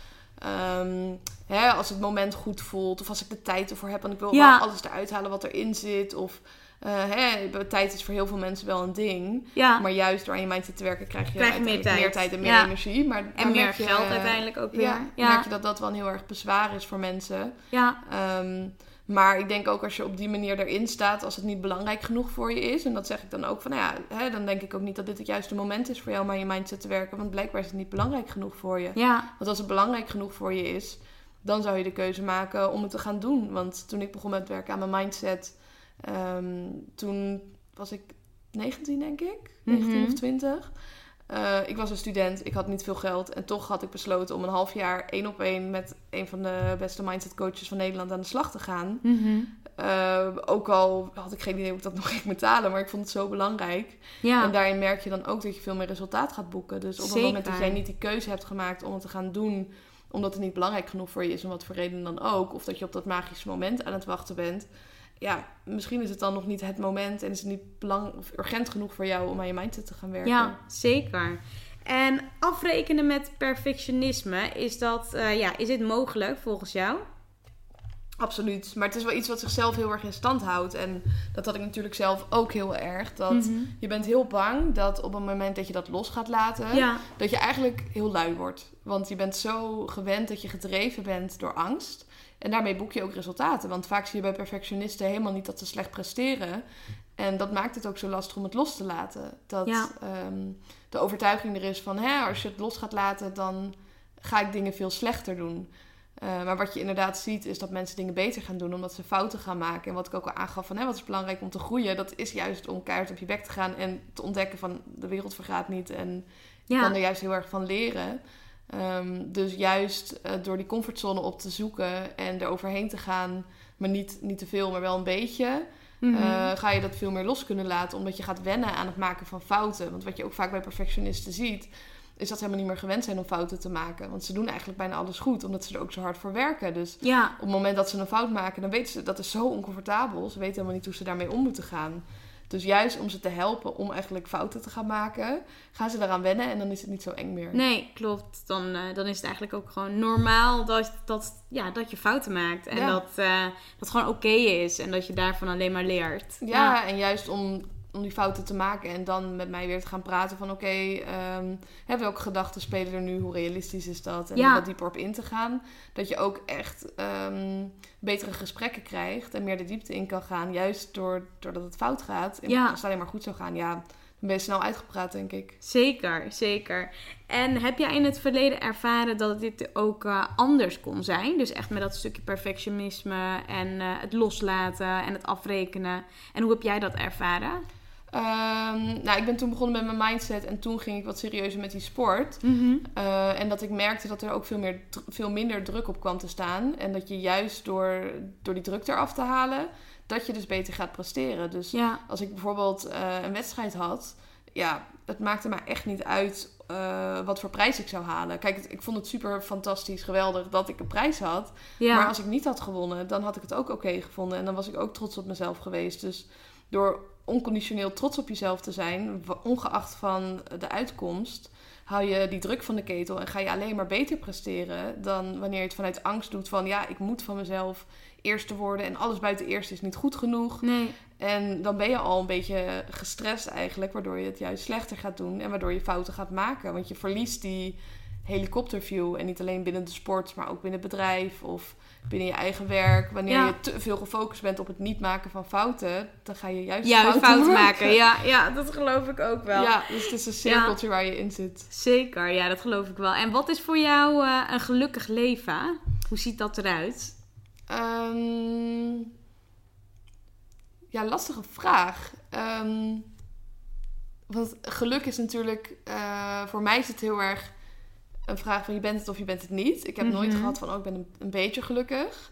um, hè, als het moment goed voelt. Of als ik de tijd ervoor heb. En ik wil ja. alles eruit halen wat erin zit. Of uh, hè, tijd is voor heel veel mensen wel een ding. Ja. Maar juist door aan je mindset te werken krijg je, krijg je meer, tijd. meer tijd en meer ja. energie. Maar en meer je, geld uiteindelijk ook weer. Ja, ja. merk je dat dat wel een heel erg bezwaar is voor mensen. Ja. Um, maar ik denk ook als je op die manier erin staat, als het niet belangrijk genoeg voor je is. En dat zeg ik dan ook van, nou ja, hè, dan denk ik ook niet dat dit het juiste moment is voor jou om aan je mindset te werken. Want blijkbaar is het niet belangrijk genoeg voor je. Ja. Want als het belangrijk genoeg voor je is, dan zou je de keuze maken om het te gaan doen. Want toen ik begon met werken aan mijn mindset, um, toen was ik negentien denk ik. negentien mm-hmm. of twintig. Uh, ik was een student, ik had niet veel geld. En toch had ik besloten om een half jaar één op één met een van de beste mindset coaches van Nederland aan de slag te gaan. Mm-hmm. Uh, ook al had ik geen idee hoe ik dat nog ging betalen, maar ik vond het zo belangrijk. Ja. En daarin merk je dan ook dat je veel meer resultaat gaat boeken. Dus op Zeker. het moment dat jij niet die keuze hebt gemaakt om het te gaan doen, omdat het niet belangrijk genoeg voor je is, om wat voor reden dan ook, of dat je op dat magische moment aan het wachten bent, ja, misschien is het dan nog niet het moment en is het niet belang of urgent genoeg voor jou om aan je mindset te gaan werken. Ja, zeker. En afrekenen met perfectionisme, is dat, uh, ja, is dit mogelijk volgens jou? Absoluut. Maar het is wel iets wat zichzelf heel erg in stand houdt. En dat had ik natuurlijk zelf ook heel erg. Dat mm-hmm. je bent heel bang dat op het moment dat je dat los gaat laten, ja. dat je eigenlijk heel lui wordt. Want je bent zo gewend dat je gedreven bent door angst. En daarmee boek je ook resultaten. Want vaak zie je bij perfectionisten helemaal niet dat ze slecht presteren. En dat maakt het ook zo lastig om het los te laten. Dat ja. um, de overtuiging er is van, hè, als je het los gaat laten, dan ga ik dingen veel slechter doen. Uh, maar wat je inderdaad ziet, is dat mensen dingen beter gaan doen, omdat ze fouten gaan maken. En wat ik ook al aangaf van, hè, wat is belangrijk om te groeien, dat is juist om keihard op je bek te gaan en te ontdekken van, de wereld vergaat niet. En je ja. kan er juist heel erg van leren. Um, dus juist uh, door die comfortzone op te zoeken en er overheen te gaan, maar niet, niet te veel, maar wel een beetje, mm-hmm. uh, ga je dat veel meer los kunnen laten, omdat je gaat wennen aan het maken van fouten. Want wat je ook vaak bij perfectionisten ziet, is dat ze helemaal niet meer gewend zijn om fouten te maken. Want ze doen eigenlijk bijna alles goed, omdat ze er ook zo hard voor werken. Dus ja. op het moment dat ze een fout maken, dan weten ze, dat is zo oncomfortabel. Ze weten helemaal niet hoe ze daarmee om moeten gaan. Dus juist om ze te helpen om eigenlijk fouten te gaan maken, gaan ze eraan wennen en dan is het niet zo eng meer. Nee, klopt. Dan, uh, dan is het eigenlijk ook gewoon normaal dat, dat, ja, dat je fouten maakt. En ja. dat uh, dat gewoon oké okay is en dat je daarvan alleen maar leert. Ja, ja. En juist om... om die fouten te maken en dan met mij weer te gaan praten van oké, okay, um, welke gedachten spelen er nu, hoe realistisch is dat? En ja. wat dieper op in te gaan. Dat je ook echt um, betere gesprekken krijgt en meer de diepte in kan gaan, juist door, doordat het fout gaat. En ja. als het alleen maar goed zou gaan, ja, dan ben je snel uitgepraat, denk ik. Zeker, zeker. En heb jij in het verleden ervaren dat dit ook uh, anders kon zijn? Dus echt met dat stukje perfectionisme en uh, het loslaten en het afrekenen. En hoe heb jij dat ervaren? Um, nou, ik ben toen begonnen met mijn mindset en toen ging ik wat serieuzer met die sport. Mm-hmm. Uh, en dat ik merkte dat er ook veel, meer, veel minder druk op kwam te staan. En dat je juist door, door die druk eraf te halen, dat je dus beter gaat presteren. Dus ja. als ik bijvoorbeeld uh, een wedstrijd had, ja, het maakte me echt niet uit uh, wat voor prijs ik zou halen. Kijk, ik vond het super fantastisch, geweldig dat ik een prijs had. Ja. Maar als ik niet had gewonnen, dan had ik het ook oké okay gevonden. En dan was ik ook trots op mezelf geweest. Dus door onconditioneel trots op jezelf te zijn, ongeacht van de uitkomst, hou je die druk van de ketel en ga je alleen maar beter presteren dan wanneer je het vanuit angst doet van ja, ik moet van mezelf eerste worden en alles buiten eerste is niet goed genoeg. Nee. En dan ben je al een beetje gestrest eigenlijk, waardoor je het juist slechter gaat doen en waardoor je fouten gaat maken. Want je verliest die helikopterview en niet alleen binnen de sport, maar ook binnen het bedrijf of binnen je eigen werk. Wanneer ja. je te veel gefocust bent op het niet maken van fouten, dan ga je juist ja, fouten, fouten maken. maken. Ja, ja, dat geloof ik ook wel. Ja, dus het is een cirkeltje ja. waar je in zit. Zeker, ja, dat geloof ik wel. En wat is voor jou uh, een gelukkig leven? Hoe ziet dat eruit? Um, ja, lastige vraag. Um, want geluk is natuurlijk, uh, voor mij is het heel erg een vraag van je bent het of je bent het niet. Ik heb mm-hmm. nooit gehad van, oh, ik ben een, een beetje gelukkig.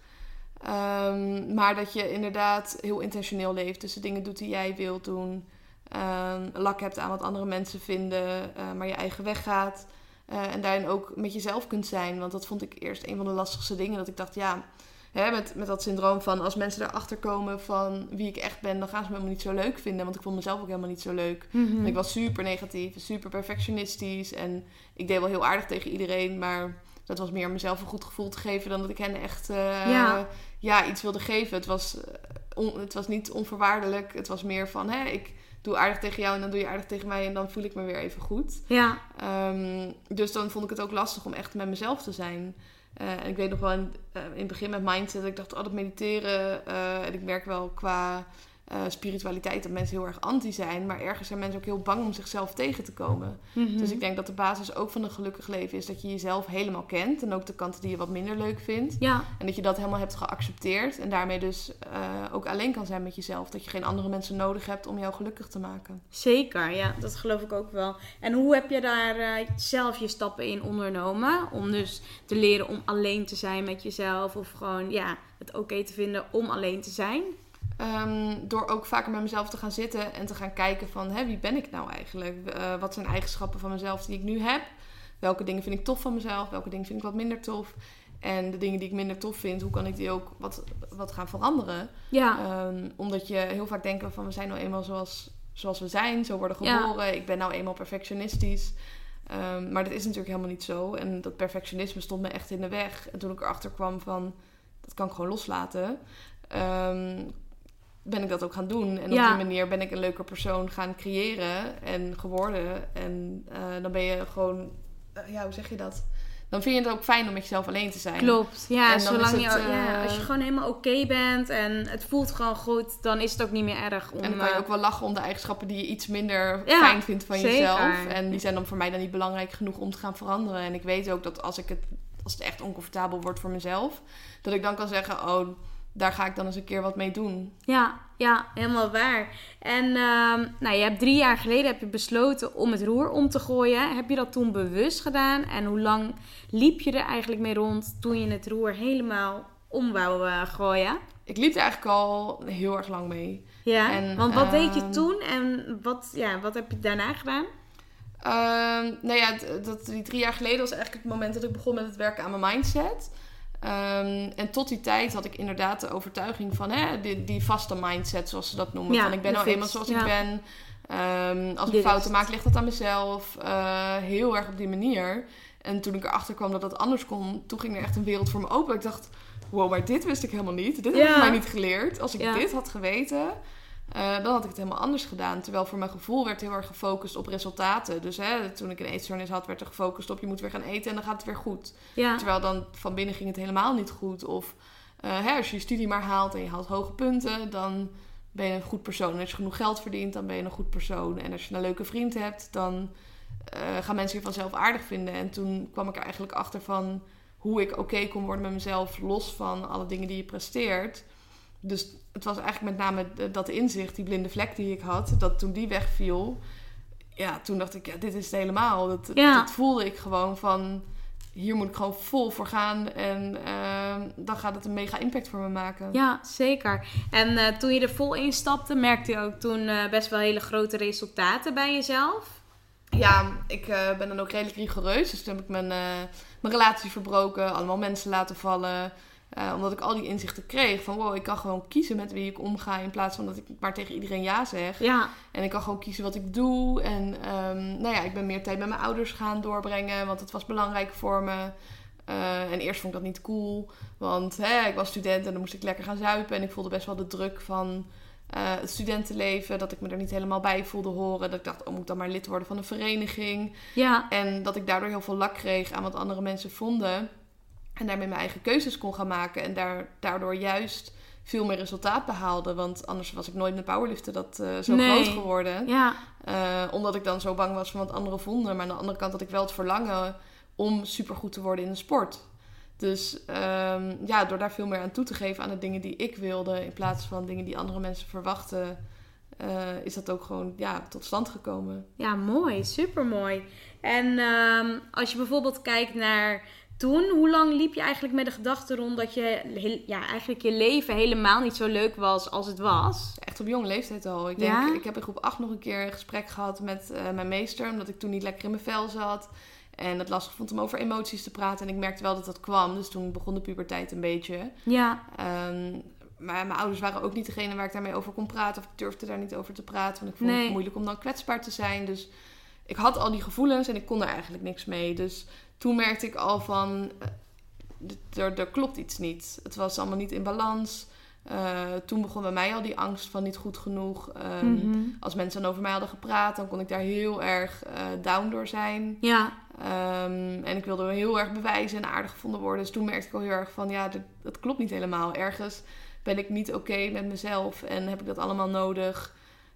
Um, maar dat je inderdaad heel intentioneel leeft. Dus de dingen doet die jij wilt doen. Um, lak hebt aan wat andere mensen vinden. Uh, maar je eigen weg gaat. Uh, en daarin ook met jezelf kunt zijn. Want dat vond ik eerst een van de lastigste dingen. Dat ik dacht, ja, hè, met, met dat syndroom van als mensen erachter komen van wie ik echt ben, dan gaan ze me helemaal niet zo leuk vinden. Want ik vond mezelf ook helemaal niet zo leuk. Mm-hmm. En ik was super negatief, super perfectionistisch. En ik deed wel heel aardig tegen iedereen, maar dat was meer om mezelf een goed gevoel te geven dan dat ik hen echt uh, ja. ja, iets wilde geven. Het was, on, het was niet onvoorwaardelijk. Het was meer van, hè, ik doe aardig tegen jou en dan doe je aardig tegen mij en dan voel ik me weer even goed. Ja. Um, dus dan vond ik het ook lastig om echt met mezelf te zijn. Uh, en ik weet nog wel in, uh, in het begin met mindset dat ik dacht, oh, dat mediteren. Uh, en ik merk wel qua uh, spiritualiteit dat mensen heel erg anti zijn. Maar ergens zijn mensen ook heel bang om zichzelf tegen te komen. Mm-hmm. Dus ik denk dat de basis ook van een gelukkig leven is dat je jezelf helemaal kent. En ook de kanten die je wat minder leuk vindt. Ja. En dat je dat helemaal hebt geaccepteerd. En daarmee dus uh, ook alleen kan zijn met jezelf. Dat je geen andere mensen nodig hebt om jou gelukkig te maken. Zeker, ja. Dat geloof ik ook wel. En hoe heb je daar uh, zelf je stappen in ondernomen? Om dus te leren om alleen te zijn met jezelf. Of gewoon ja, het oké okay te vinden om alleen te zijn. Um, door ook vaker met mezelf te gaan zitten en te gaan kijken van, hè, wie ben ik nou eigenlijk? Uh, wat zijn eigenschappen van mezelf die ik nu heb? Welke dingen vind ik tof van mezelf? Welke dingen vind ik wat minder tof? En de dingen die ik minder tof vind, hoe kan ik die ook wat, wat gaan veranderen? Ja. Um, omdat je heel vaak denkt van, we zijn nou eenmaal zoals, zoals we zijn. Zo worden geboren. Ja. Ik ben nou eenmaal perfectionistisch. Um, maar dat is natuurlijk helemaal niet zo. En dat perfectionisme stond me echt in de weg. En toen ik erachter kwam van, dat kan ik gewoon loslaten. Um, ben ik dat ook gaan doen. En ja. op die manier ben ik een leuker persoon gaan creëren en geworden. En uh, dan ben je gewoon, uh, ja, hoe zeg je dat? Dan vind je het ook fijn om met jezelf alleen te zijn. Klopt, ja. En zolang het, je, uh, ja, als je gewoon helemaal oké okay bent en het voelt gewoon goed, dan is het ook niet meer erg. Om, en dan kan je ook wel lachen om de eigenschappen die je iets minder ja, fijn vindt van zeker. jezelf. En die zijn dan voor mij dan niet belangrijk genoeg om te gaan veranderen. En ik weet ook dat als ik het, als het echt oncomfortabel wordt voor mezelf, dat ik dan kan zeggen, oh, daar ga ik dan eens een keer wat mee doen. Ja, ja, helemaal waar. En uh, nou, je hebt drie jaar geleden heb je besloten om het roer om te gooien. Heb je dat toen bewust gedaan? En hoe lang liep je er eigenlijk mee rond toen je het roer helemaal om wou uh, gooien? Ik liep er eigenlijk al heel erg lang mee. Ja, en, want wat uh, deed je toen en wat, ja, wat heb je daarna gedaan? Uh, nou ja, dat, die drie jaar geleden was eigenlijk het moment dat ik begon met het werken aan mijn mindset. Um, en tot die tijd had ik inderdaad de overtuiging van hè, die, die vaste mindset, zoals ze dat noemen. Ja, van ik ben nou fix. eenmaal zoals ja. ik ben. Um, als ik Dit fouten is maak, ligt dat aan mezelf. Uh, heel erg op die manier. En toen ik erachter kwam dat dat anders kon, toen ging er echt een wereld voor me open. Ik dacht, wow, maar dit wist ik helemaal niet. Dit Ja. heb ik mij niet geleerd. Als ik Ja. dit had geweten, uh, dan had ik het helemaal anders gedaan. Terwijl voor mijn gevoel werd heel erg gefocust op resultaten. Dus hè, toen ik een eetstoornis had, werd er gefocust op je moet weer gaan eten en dan gaat het weer goed. Ja. Terwijl dan van binnen ging het helemaal niet goed. Of uh, hè, als je je studie maar haalt en je haalt hoge punten, dan ben je een goed persoon. En als je genoeg geld verdient, dan ben je een goed persoon. En als je een leuke vriend hebt, dan uh, gaan mensen je vanzelf aardig vinden. En toen kwam ik er eigenlijk achter van hoe ik oké okay kon worden met mezelf, los van alle dingen die je presteert. Dus het was eigenlijk met name dat inzicht, die blinde vlek die ik had, dat toen die wegviel, ja, toen dacht ik, ja, dit is het helemaal. Dat, Ja. dat voelde ik gewoon van, hier moet ik gewoon vol voor gaan en uh, dan gaat het een mega impact voor me maken. Ja, zeker. En uh, toen je er vol in stapte, merkte je ook toen uh, best wel hele grote resultaten bij jezelf? Ja, ik uh, ben dan ook redelijk rigoureus. Dus toen heb ik mijn, uh, mijn relatie verbroken, allemaal mensen laten vallen. Uh, omdat ik al die inzichten kreeg van wow, ik kan gewoon kiezen met wie ik omga in plaats van dat ik maar tegen iedereen ja zeg. Ja. En ik kan gewoon kiezen wat ik doe. En um, nou ja, ik ben meer tijd met mijn ouders gaan doorbrengen, want het was belangrijk voor me. Uh, en eerst vond ik dat niet cool, want hè, ik was student en dan moest ik lekker gaan zuipen. En ik voelde best wel de druk van uh, het studentenleven, dat ik me er niet helemaal bij voelde horen. Dat ik dacht, oh, moet ik dan maar lid worden van een vereniging? Ja. En dat ik daardoor heel veel lak kreeg aan wat andere mensen vonden. En daarmee mijn eigen keuzes kon gaan maken. En daar, daardoor juist veel meer resultaat behaalde. Want anders was ik nooit met powerliften dat uh, zo nee. groot geworden. Ja. Uh, omdat ik dan zo bang was van wat anderen vonden. Maar aan de andere kant had ik wel het verlangen om supergoed te worden in de sport. Dus um, ja, door daar veel meer aan toe te geven aan de dingen die ik wilde, in plaats van dingen die andere mensen verwachten, uh, is dat ook gewoon ja, tot stand gekomen. Ja, mooi. Supermooi. En um, als je bijvoorbeeld kijkt naar toen, hoe lang liep je eigenlijk met de gedachte rond dat je heel, ja, eigenlijk je leven helemaal niet zo leuk was als het was? Echt op jonge leeftijd al. Ik denk, Ja? ik heb in groep acht nog een keer een gesprek gehad met uh, mijn meester, omdat ik toen niet lekker in mijn vel zat. En het lastig vond om over emoties te praten. En ik merkte wel dat dat kwam. Dus toen begon de puberteit een beetje. Ja. Um, maar mijn ouders waren ook niet degene waar ik daarmee over kon praten. Of ik durfde daar niet over te praten. Want ik vond nee. het moeilijk om dan kwetsbaar te zijn. Dus ik had al die gevoelens en ik kon er eigenlijk niks mee. Dus toen merkte ik al van, uh, er, er klopt iets niet. Het was allemaal niet in balans. Uh, toen begon bij mij al die angst van niet goed genoeg. Um, Mm-hmm. Als mensen dan over mij hadden gepraat, dan kon ik daar heel erg uh, down door zijn. Ja. Um, en ik wilde heel erg bewijzen en aardig gevonden worden. Dus toen merkte ik al heel erg van, ja, dat, dat klopt niet helemaal. Ergens ben ik niet oké okay met mezelf en heb ik dat allemaal nodig.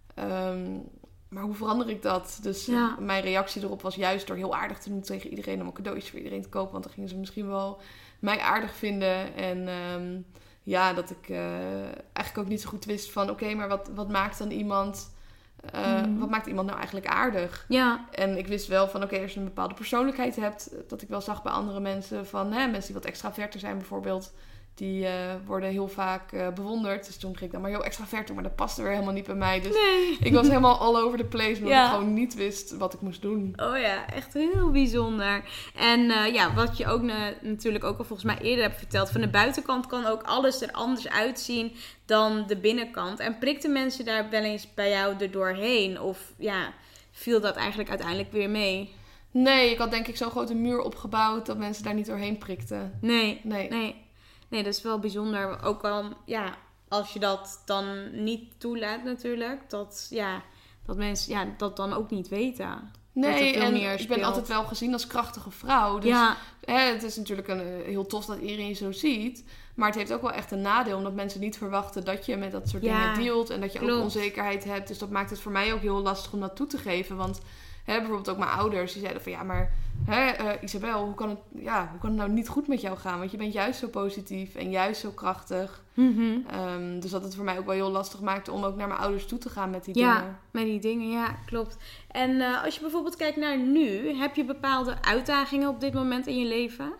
Um, maar hoe verander ik dat? Dus ja. mijn reactie erop was juist door heel aardig te doen tegen iedereen, om een cadeautje voor iedereen te kopen. Want dan gingen ze misschien wel mij aardig vinden. En um, ja, dat ik uh, eigenlijk ook niet zo goed wist van, oké, okay, maar wat, wat maakt dan iemand... Uh, mm. Wat maakt iemand nou eigenlijk aardig? Ja. En ik wist wel van, oké, okay, als je een bepaalde persoonlijkheid hebt, dat ik wel zag bij andere mensen van, hè, mensen die wat extraverter zijn bijvoorbeeld, die uh, worden heel vaak uh, bewonderd. Dus toen ging ik dan maar heel extravert doen, maar dat paste weer helemaal niet bij mij. Dus nee. ik was helemaal all over the place, omdat ja. ik gewoon niet wist wat ik moest doen. Oh ja, echt heel bijzonder. En uh, ja, wat je ook ne- natuurlijk ook al volgens mij eerder hebt verteld, van de buitenkant kan ook alles er anders uitzien dan de binnenkant. En prikten mensen daar wel eens bij jou er doorheen? Of ja, viel dat eigenlijk uiteindelijk weer mee? Nee, ik had denk ik zo'n grote muur opgebouwd dat mensen daar niet doorheen prikten. Nee, nee. nee. Nee, dat is wel bijzonder. Ook al, ja, als je dat dan niet toelaat natuurlijk. Dat, ja, dat mensen ja, dat dan ook niet weten. Nee, en ik ben altijd wel gezien als krachtige vrouw. Dus ja. hè, het is natuurlijk een, heel tof dat iedereen je zo ziet. Maar het heeft ook wel echt een nadeel. Omdat mensen niet verwachten dat je met dat soort ja, dingen dealt. En dat je klopt. ook onzekerheid hebt. Dus dat maakt het voor mij ook heel lastig om dat toe te geven. Want hè, bijvoorbeeld ook mijn ouders. Die zeiden van ja, maar hè, uh, Isabel, hoe kan, het, ja, hoe kan het nou niet goed met jou gaan? Want je bent juist zo positief en juist zo krachtig. Mm-hmm. Um, dus dat het voor mij ook wel heel lastig maakte om ook naar mijn ouders toe te gaan met die ja, dingen. Ja, met die dingen, ja, klopt. En uh, als je bijvoorbeeld kijkt naar nu, heb je bepaalde uitdagingen op dit moment in je leven?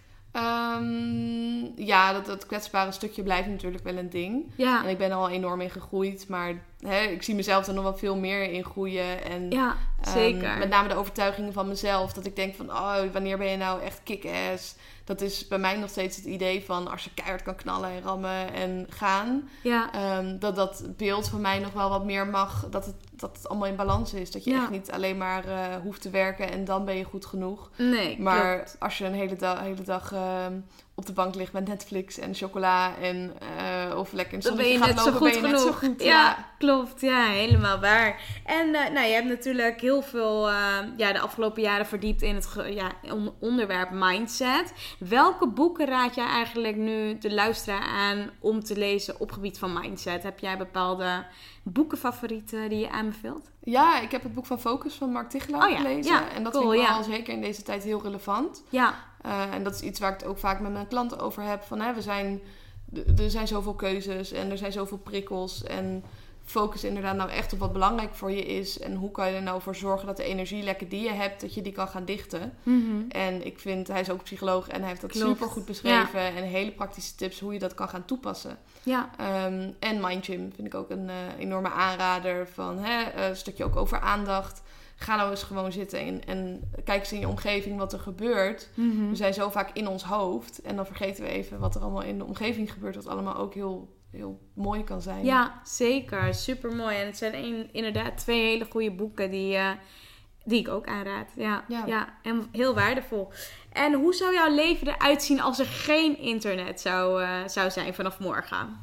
Um, ja, dat, dat kwetsbare stukje blijft natuurlijk wel een ding. Ja. En ik ben er al enorm in gegroeid. Maar hè, ik zie mezelf er nog wel veel meer in groeien. En ja. zeker. Um, met name de overtuigingen van mezelf. Dat ik denk van, oh, wanneer ben je nou echt kick-ass? Dat is bij mij nog steeds het idee van als je keihard kan knallen en rammen en gaan. Ja. Um, dat dat beeld van mij nog wel wat meer mag. Dat het, dat het allemaal in balans is. Dat je ja. echt niet alleen maar uh, hoeft te werken en dan ben je goed genoeg. Nee, maar klopt. Als je een hele, da- hele dag uh, op de bank ligt met Netflix en chocola en uh, of lekker in het zonnetje gaat lopen, ben je genoeg. net zo goed. Ja, ja, klopt. Ja, helemaal waar. En uh, nou, je hebt natuurlijk heel veel uh, ja, de afgelopen jaren verdiept in het ge- ja, onderwerp mindset. Welke boeken raad jij eigenlijk nu de luisteraar aan om te lezen op gebied van mindset? Heb jij bepaalde boekenfavorieten die je aanbeveelt? Ja, ik heb het boek van Focus van Mark Tichelaar oh, ja. gelezen. Ja, en dat cool, vind ik wel ja. zeker in deze tijd heel relevant. Ja. Uh, en dat is iets waar ik het ook vaak met mijn klanten over heb. Van, hè, we zijn, er zijn zoveel keuzes en er zijn zoveel prikkels. En focus inderdaad nou echt op wat belangrijk voor je is. En hoe kan je er nou voor zorgen dat de energielekken die je hebt, dat je die kan gaan dichten. Mm-hmm. En ik vind, hij is ook psycholoog en hij heeft dat Klopt. super goed beschreven. Ja. En hele praktische tips hoe je dat kan gaan toepassen. Ja. Um, en Mindgym vind ik ook een uh, enorme aanrader van hè, uh, een stukje ook over aandacht. Ga nou eens gewoon zitten en, en kijk eens in je omgeving wat er gebeurt. Mm-hmm. We zijn zo vaak in ons hoofd en dan vergeten we even wat er allemaal in de omgeving gebeurt, wat allemaal ook heel, heel mooi kan zijn. Ja, zeker. Super mooi. En het zijn een, inderdaad twee hele goede boeken die, uh, die ik ook aanraad. Ja, ja. ja, en heel waardevol. En hoe zou jouw leven eruit zien als er geen internet zou, uh, zou zijn vanaf morgen?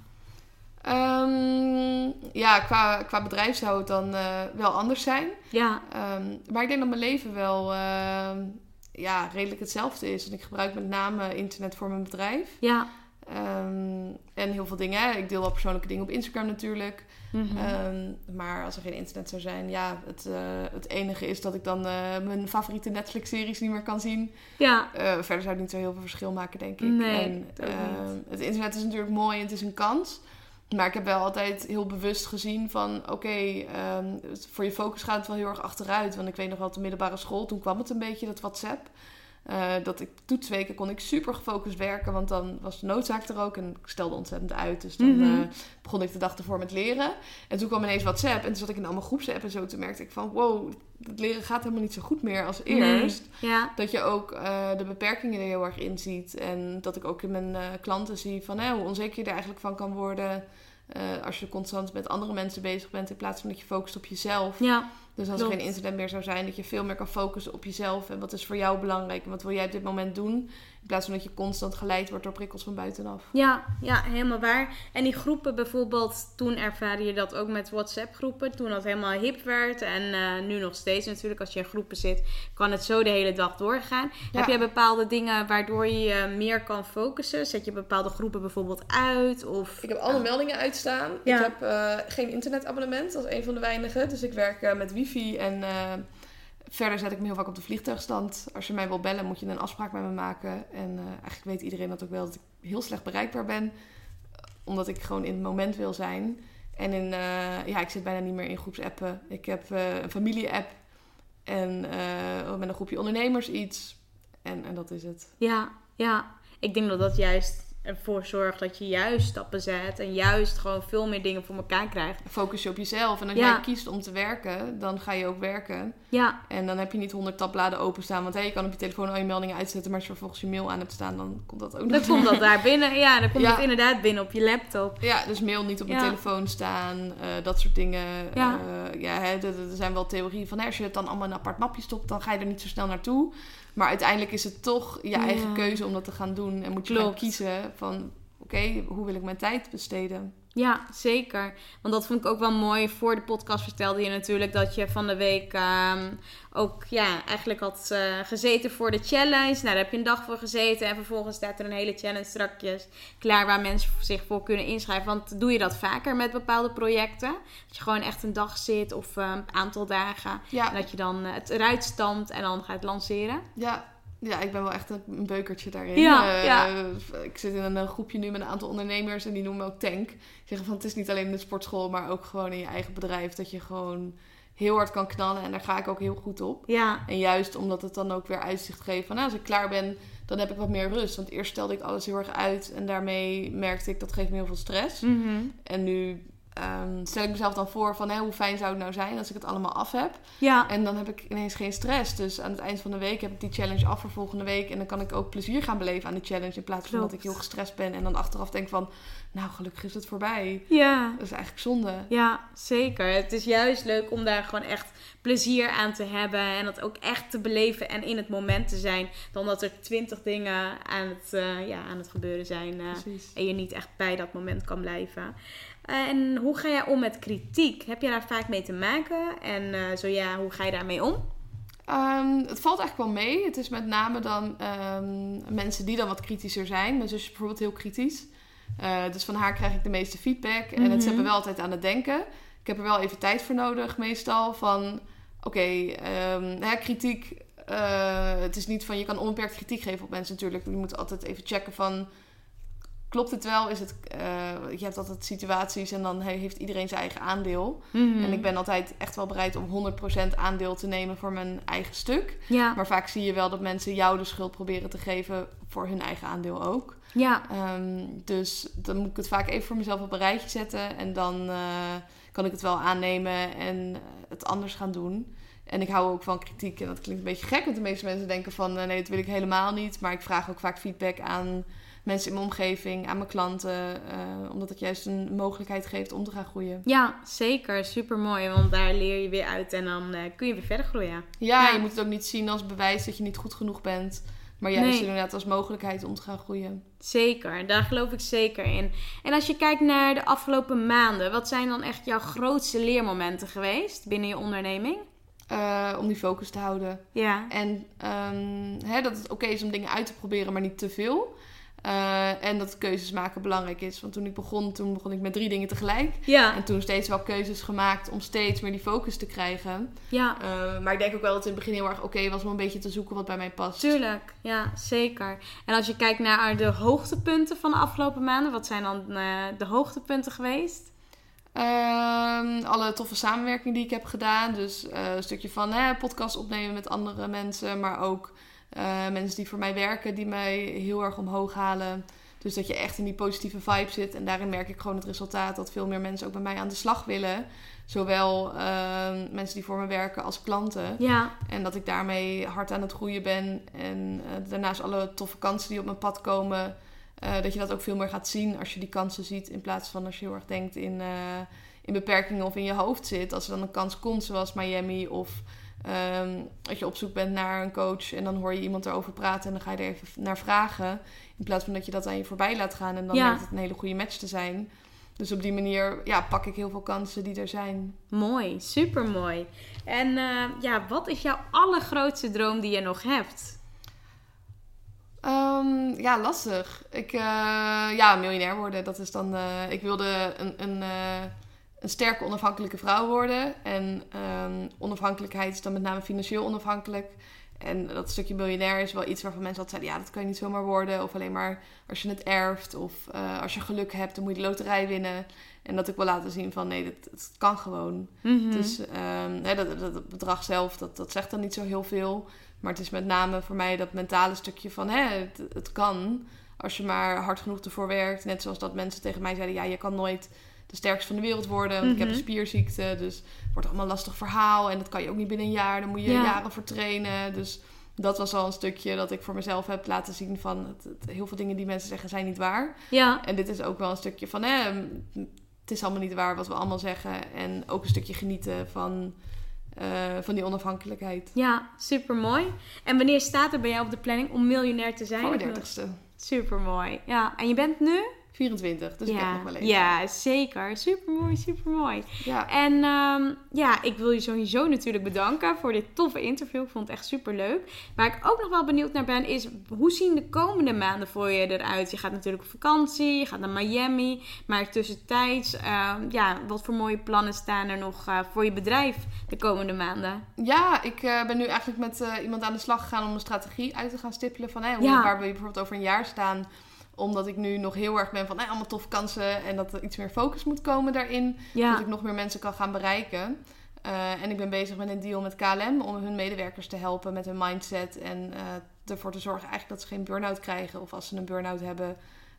Um, ja, qua, qua bedrijf zou het dan uh, wel anders zijn. Ja. Um, maar ik denk dat mijn leven wel uh, ja, redelijk hetzelfde is. En ik gebruik met name internet voor mijn bedrijf. Ja. Um, en heel veel dingen. Hè. Ik deel wel persoonlijke dingen op Instagram natuurlijk. Mm-hmm. Um, maar als er geen internet zou zijn, ja, het, uh, het enige is dat ik dan uh, mijn favoriete Netflix-series niet meer kan zien. Ja. Uh, verder zou het niet zo heel veel verschil maken, denk ik. Nee, en, dat uh, niet. Het internet is natuurlijk mooi en het is een kans. Maar ik heb wel altijd heel bewust gezien van, oké, okay, um, voor je focus gaat het wel heel erg achteruit. Want ik weet nog wel, op de middelbare school, toen kwam het een beetje, dat WhatsApp. Uh, dat ik toetsweken kon ik super gefocust werken, want dan was de noodzaak er ook. En ik stelde ontzettend uit, dus dan mm-hmm. uh, begon ik de dag ervoor met leren. En toen kwam ineens WhatsApp en toen zat ik in allemaal groepsapp en zo. Toen merkte ik van, wow, het leren gaat helemaal niet zo goed meer als eerst. Nee. Ja. Dat je ook uh, de beperkingen er heel erg in ziet. En dat ik ook in mijn uh, klanten zie van hè, hoe onzeker je er eigenlijk van kan worden. Uh, als je constant met andere mensen bezig bent in plaats van dat je focust op jezelf. Ja. Dus als Klopt. er geen internet meer zou zijn, dat je veel meer kan focussen op jezelf. En wat is voor jou belangrijk en wat wil jij op dit moment doen. In plaats van dat je constant geleid wordt door prikkels van buitenaf. Ja, ja, helemaal waar. En die groepen bijvoorbeeld, toen ervaarde je dat ook met WhatsApp groepen. Toen dat helemaal hip werd. En uh, nu nog steeds natuurlijk, als je in groepen zit, kan het zo de hele dag doorgaan. Ja. Heb jij bepaalde dingen waardoor je je meer kan focussen? Zet je bepaalde groepen bijvoorbeeld uit? Of, ik heb alle uh, meldingen uitstaan. Ja. Ik heb uh, geen internetabonnement, als een van de weinigen. Dus ik werk uh, met wifi en... Uh, Verder zet ik me heel vaak op de vliegtuigstand. Als je mij wil bellen, moet je een afspraak met me maken. En uh, eigenlijk weet iedereen dat ook wel, dat ik heel slecht bereikbaar ben. Omdat ik gewoon in het moment wil zijn. En in, uh, ja, ik zit bijna niet meer in groepsappen. Ik heb uh, een familie-app. En uh, met een groepje ondernemers iets. En, en dat is het. Ja, ja. Ik denk dat dat juist ervoor zorgt dat je juist stappen zet. En juist gewoon veel meer dingen voor elkaar krijgt. Focus je op jezelf. En als ja. jij kiest om te werken, dan ga je ook werken. Ja. En dan heb je niet honderd tabbladen openstaan. Want hey, je kan op je telefoon al je meldingen uitzetten. Maar als je vervolgens je mail aan hebt staan, dan komt dat ook nog. Dan komt dat daar binnen. Ja, dan komt ja. het inderdaad binnen op je laptop. Ja, dus mail niet op ja. je telefoon staan. Uh, dat soort dingen. Ja, uh, ja hè, er, er zijn wel theorieën van... Hè, als je het dan allemaal in een apart mapje stopt... dan ga je er niet zo snel naartoe. Maar uiteindelijk is het toch je ja. eigen keuze om dat te gaan doen. En moet je Klopt. gaan kiezen van... Oké, okay, hoe wil ik mijn tijd besteden? Ja, zeker. Want dat vond ik ook wel mooi. Voor de podcast vertelde je natuurlijk dat je van de week um, ook ja, eigenlijk had uh, gezeten voor de challenge. Nou, daar heb je een dag voor gezeten. En vervolgens staat er een hele challenge strakjes klaar waar mensen zich voor kunnen inschrijven. Want doe je dat vaker met bepaalde projecten? Dat je gewoon echt een dag zit of um, een aantal dagen. Ja. En dat je dan uh, het eruit stampt en dan gaat lanceren. Ja. Ja, ik ben wel echt een beukertje daarin. Ja, uh, ja. Ik zit in een groepje nu met een aantal ondernemers en die noemen me ook Tank. Die zeggen van het is niet alleen in de sportschool, maar ook gewoon in je eigen bedrijf. Dat je gewoon heel hard kan knallen en daar ga ik ook heel goed op. Ja. En juist omdat het dan ook weer uitzicht geeft van nou, als ik klaar ben, dan heb ik wat meer rust. Want eerst stelde ik alles heel erg uit en daarmee merkte ik dat geeft me heel veel stress. Mm-hmm. En nu um, stel ik mezelf dan voor van... Hé, hoe fijn zou het nou zijn als ik het allemaal af heb? Ja. En dan heb ik ineens geen stress. Dus aan het eind van de week heb ik die challenge af voor volgende week. En dan kan ik ook plezier gaan beleven aan de challenge. In plaats van Klopt. dat ik heel gestrest ben. En dan achteraf denk van... Nou, gelukkig is het voorbij. Ja. Dat is eigenlijk zonde. Ja, zeker. Het is juist leuk om daar gewoon echt plezier aan te hebben. En dat ook echt te beleven en in het moment te zijn. Dan dat er twintig dingen aan het, uh, ja, aan het gebeuren zijn. Uh, en je niet echt bij dat moment kan blijven. Uh, en hoe ga jij om met kritiek? Heb je daar vaak mee te maken? En uh, zo ja, hoe ga je daarmee om? Um, het valt eigenlijk wel mee. Het is met name dan um, mensen die dan wat kritischer zijn. Mijn zus is bijvoorbeeld heel kritisch. Uh, dus van haar krijg ik de meeste feedback. En mm-hmm. het zet me wel altijd aan het denken. Ik heb er wel even tijd voor nodig meestal. Van oké, okay, um, kritiek. Uh, het is niet van je kan onbeperkt kritiek geven op mensen natuurlijk. Je moet altijd even checken van... Klopt het wel? Is het, uh, je hebt altijd situaties en dan heeft iedereen zijn eigen aandeel. Mm-hmm. En ik ben altijd echt wel bereid om honderd procent aandeel te nemen voor mijn eigen stuk. Ja. Maar vaak zie je wel dat mensen jou de schuld proberen te geven voor hun eigen aandeel ook. Ja. Um, dus dan moet ik het vaak even voor mezelf op een rijtje zetten. En dan uh, kan ik het wel aannemen en het anders gaan doen. En ik hou ook van kritiek. En dat klinkt een beetje gek, want de meeste mensen denken van... Uh, nee, dat wil ik helemaal niet. Maar ik vraag ook vaak feedback aan... mensen in mijn omgeving, aan mijn klanten. Uh, omdat het juist een mogelijkheid geeft om te gaan groeien. Ja, zeker. Supermooi. Want daar leer je weer uit en dan uh, kun je weer verder groeien. Ja, ja, je moet het ook niet zien als bewijs dat je niet goed genoeg bent. Maar juist nee. inderdaad als mogelijkheid om te gaan groeien. Zeker, daar geloof ik zeker in. En als je kijkt naar de afgelopen maanden... wat zijn dan echt jouw grootste leermomenten geweest binnen je onderneming? Uh, om die focus te houden. Ja. En um, hè, dat het oké okay is om dingen uit te proberen, maar niet te veel... Uh, en dat keuzes maken belangrijk is. Want toen ik begon, toen begon ik met drie dingen tegelijk. Ja. En toen steeds wel keuzes gemaakt om steeds meer die focus te krijgen. Ja. Uh, maar ik denk ook wel dat het in het begin heel erg oké okay was om een beetje te zoeken wat bij mij past. Tuurlijk, ja, zeker. En als je kijkt naar de hoogtepunten van de afgelopen maanden, wat zijn dan uh, de hoogtepunten geweest? Uh, alle toffe samenwerking die ik heb gedaan. Dus uh, een stukje van hè, podcast opnemen met andere mensen, maar ook... Uh, mensen die voor mij werken, die mij heel erg omhoog halen. Dus dat je echt in die positieve vibe zit. En daarin merk ik gewoon het resultaat dat veel meer mensen ook bij mij aan de slag willen. Zowel uh, mensen die voor me werken als klanten. Ja. En dat ik daarmee hard aan het groeien ben. En uh, daarnaast alle toffe kansen die op mijn pad komen. Uh, dat je dat ook veel meer gaat zien als je die kansen ziet. In plaats van als je heel erg denkt in, uh, in beperkingen of in je hoofd zit. Als er dan een kans komt zoals Miami of... Um, dat je op zoek bent naar een coach en dan hoor je iemand erover praten en dan ga je er even naar vragen. In plaats van dat je dat aan je voorbij laat gaan en dan ja. lijkt het een hele goede match te zijn. Dus op die manier ja, pak ik heel veel kansen die er zijn. Mooi, supermooi. En uh, ja, wat is jouw allergrootste droom die je nog hebt? Um, ja, lastig. Ik, uh, ja, miljonair worden. Dat is dan, uh, ik wilde een... een uh, een sterke onafhankelijke vrouw worden. En um, onafhankelijkheid is dan met name financieel onafhankelijk. En dat stukje miljonair is wel iets waarvan mensen altijd zeiden... ja, dat kan je niet zomaar worden. Of alleen maar als je het erft. Of uh, als je geluk hebt, dan moet je de loterij winnen. En dat ik wil laten zien van nee, dat, dat kan gewoon. Mm-hmm. Dus um, hè, dat, dat, dat bedrag zelf, dat, dat zegt dan niet zo heel veel. Maar het is met name voor mij dat mentale stukje van... hè, het, het kan als je maar hard genoeg ervoor werkt. Net zoals dat mensen tegen mij zeiden... ja, je kan nooit... de sterkste van de wereld worden. Want mm-hmm. ik heb een spierziekte. Dus het wordt allemaal een lastig verhaal. En dat kan je ook niet binnen een jaar. Daar moet je ja. jaren voor trainen. Dus dat was al een stukje dat ik voor mezelf heb laten zien van... Het, het, heel veel dingen die mensen zeggen zijn niet waar. Ja. En dit is ook wel een stukje van... Eh, het is allemaal niet waar wat we allemaal zeggen. En ook een stukje genieten van, uh, van die onafhankelijkheid. Ja, supermooi. En wanneer staat er bij jou op de planning om miljonair te zijn? Voor mijn dertigste. Supermooi. Ja, en je bent nu... vierentwintig, dus ja, ik heb nog wel even. Ja, zeker. Supermooi, supermooi. Ja. En um, ja, ik wil je sowieso natuurlijk bedanken voor dit toffe interview. Ik vond het echt superleuk. Waar ik ook nog wel benieuwd naar ben is, hoe zien de komende maanden voor je eruit? Je gaat natuurlijk op vakantie, je gaat naar Miami. Maar tussentijds, uh, ja, wat voor mooie plannen staan er nog uh, voor je bedrijf de komende maanden? Ja, ik uh, ben nu eigenlijk met uh, iemand aan de slag gegaan om een strategie uit te gaan stippelen. Van, hey, hoe, ja. waar wil je bijvoorbeeld over een jaar staan? Omdat ik nu nog heel erg ben van eh, allemaal toffe kansen. En dat er iets meer focus moet komen daarin. Ja. Dat ik nog meer mensen kan gaan bereiken. Uh, en ik ben bezig met een deal met K L M. Om hun medewerkers te helpen met hun mindset. En uh, ervoor te zorgen eigenlijk dat ze geen burn-out krijgen. Of als ze een burn-out hebben.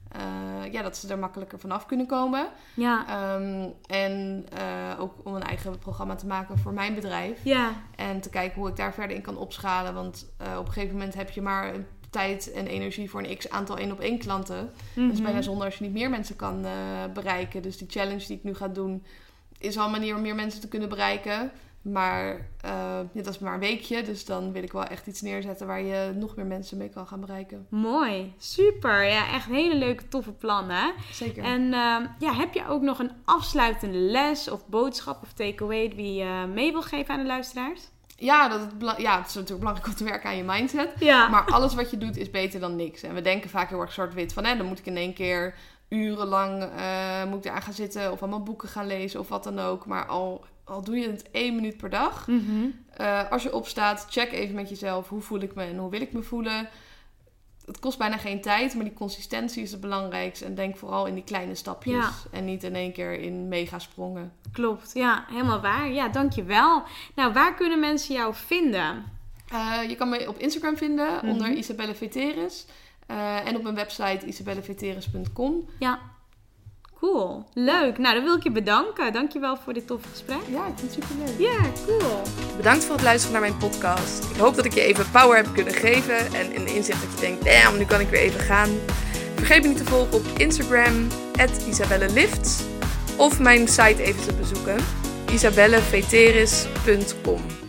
Uh, ja, dat ze er makkelijker vanaf kunnen komen. Ja. Um, en uh, ook om een eigen programma te maken voor mijn bedrijf. Ja. En te kijken hoe ik daar verder in kan opschalen. Want uh, op een gegeven moment heb je maar een tijd en energie voor een x aantal één op één klanten. Mm-hmm. Dat is bijna zonde als je niet meer mensen kan uh, bereiken. Dus die challenge die ik nu ga doen is al een manier om meer mensen te kunnen bereiken. Maar uh, ja, dat is maar een weekje. Dus dan wil ik wel echt iets neerzetten waar je nog meer mensen mee kan gaan bereiken. Mooi, super. Ja, echt hele leuke, toffe plannen. Zeker. En uh, ja, heb je ook nog een afsluitende les of boodschap of takeaway die je mee wil geven aan de luisteraars? Ja, dat het, bela- ja, het is natuurlijk belangrijk om te werken aan je mindset. Ja. Maar alles wat je doet is beter dan niks. En we denken vaak heel erg zwart-wit van... Hè, dan moet ik in één keer urenlang uh, moet ik eraan gaan zitten... of allemaal boeken gaan lezen of wat dan ook. Maar al, al doe je het één minuut per dag... Mm-hmm. Uh, als je opstaat, check even met jezelf... hoe voel ik me en hoe wil ik me voelen... Het kost bijna geen tijd, maar die consistentie is het belangrijkste. En denk vooral in die kleine stapjes. Ja. En niet in één keer in megasprongen. Klopt, ja, helemaal waar. Ja, dankjewel. Nou, waar kunnen mensen jou vinden? Uh, je kan me op Instagram vinden, mm-hmm. onder Isabelle Veteris. Uh, en op mijn website isabelle veteris punt com. Ja, cool. Leuk. Nou, dan wil ik je bedanken. Dankjewel voor dit toffe gesprek. Ja, ik vind het superleuk. Ja, cool. Bedankt voor het luisteren naar mijn podcast. Ik hoop dat ik je even power heb kunnen geven. En een inzicht dat je denkt, damn, nu kan ik weer even gaan. Vergeet me niet te volgen op Instagram, at isabellelifts. Of mijn site even te bezoeken, isabelle veteris punt com.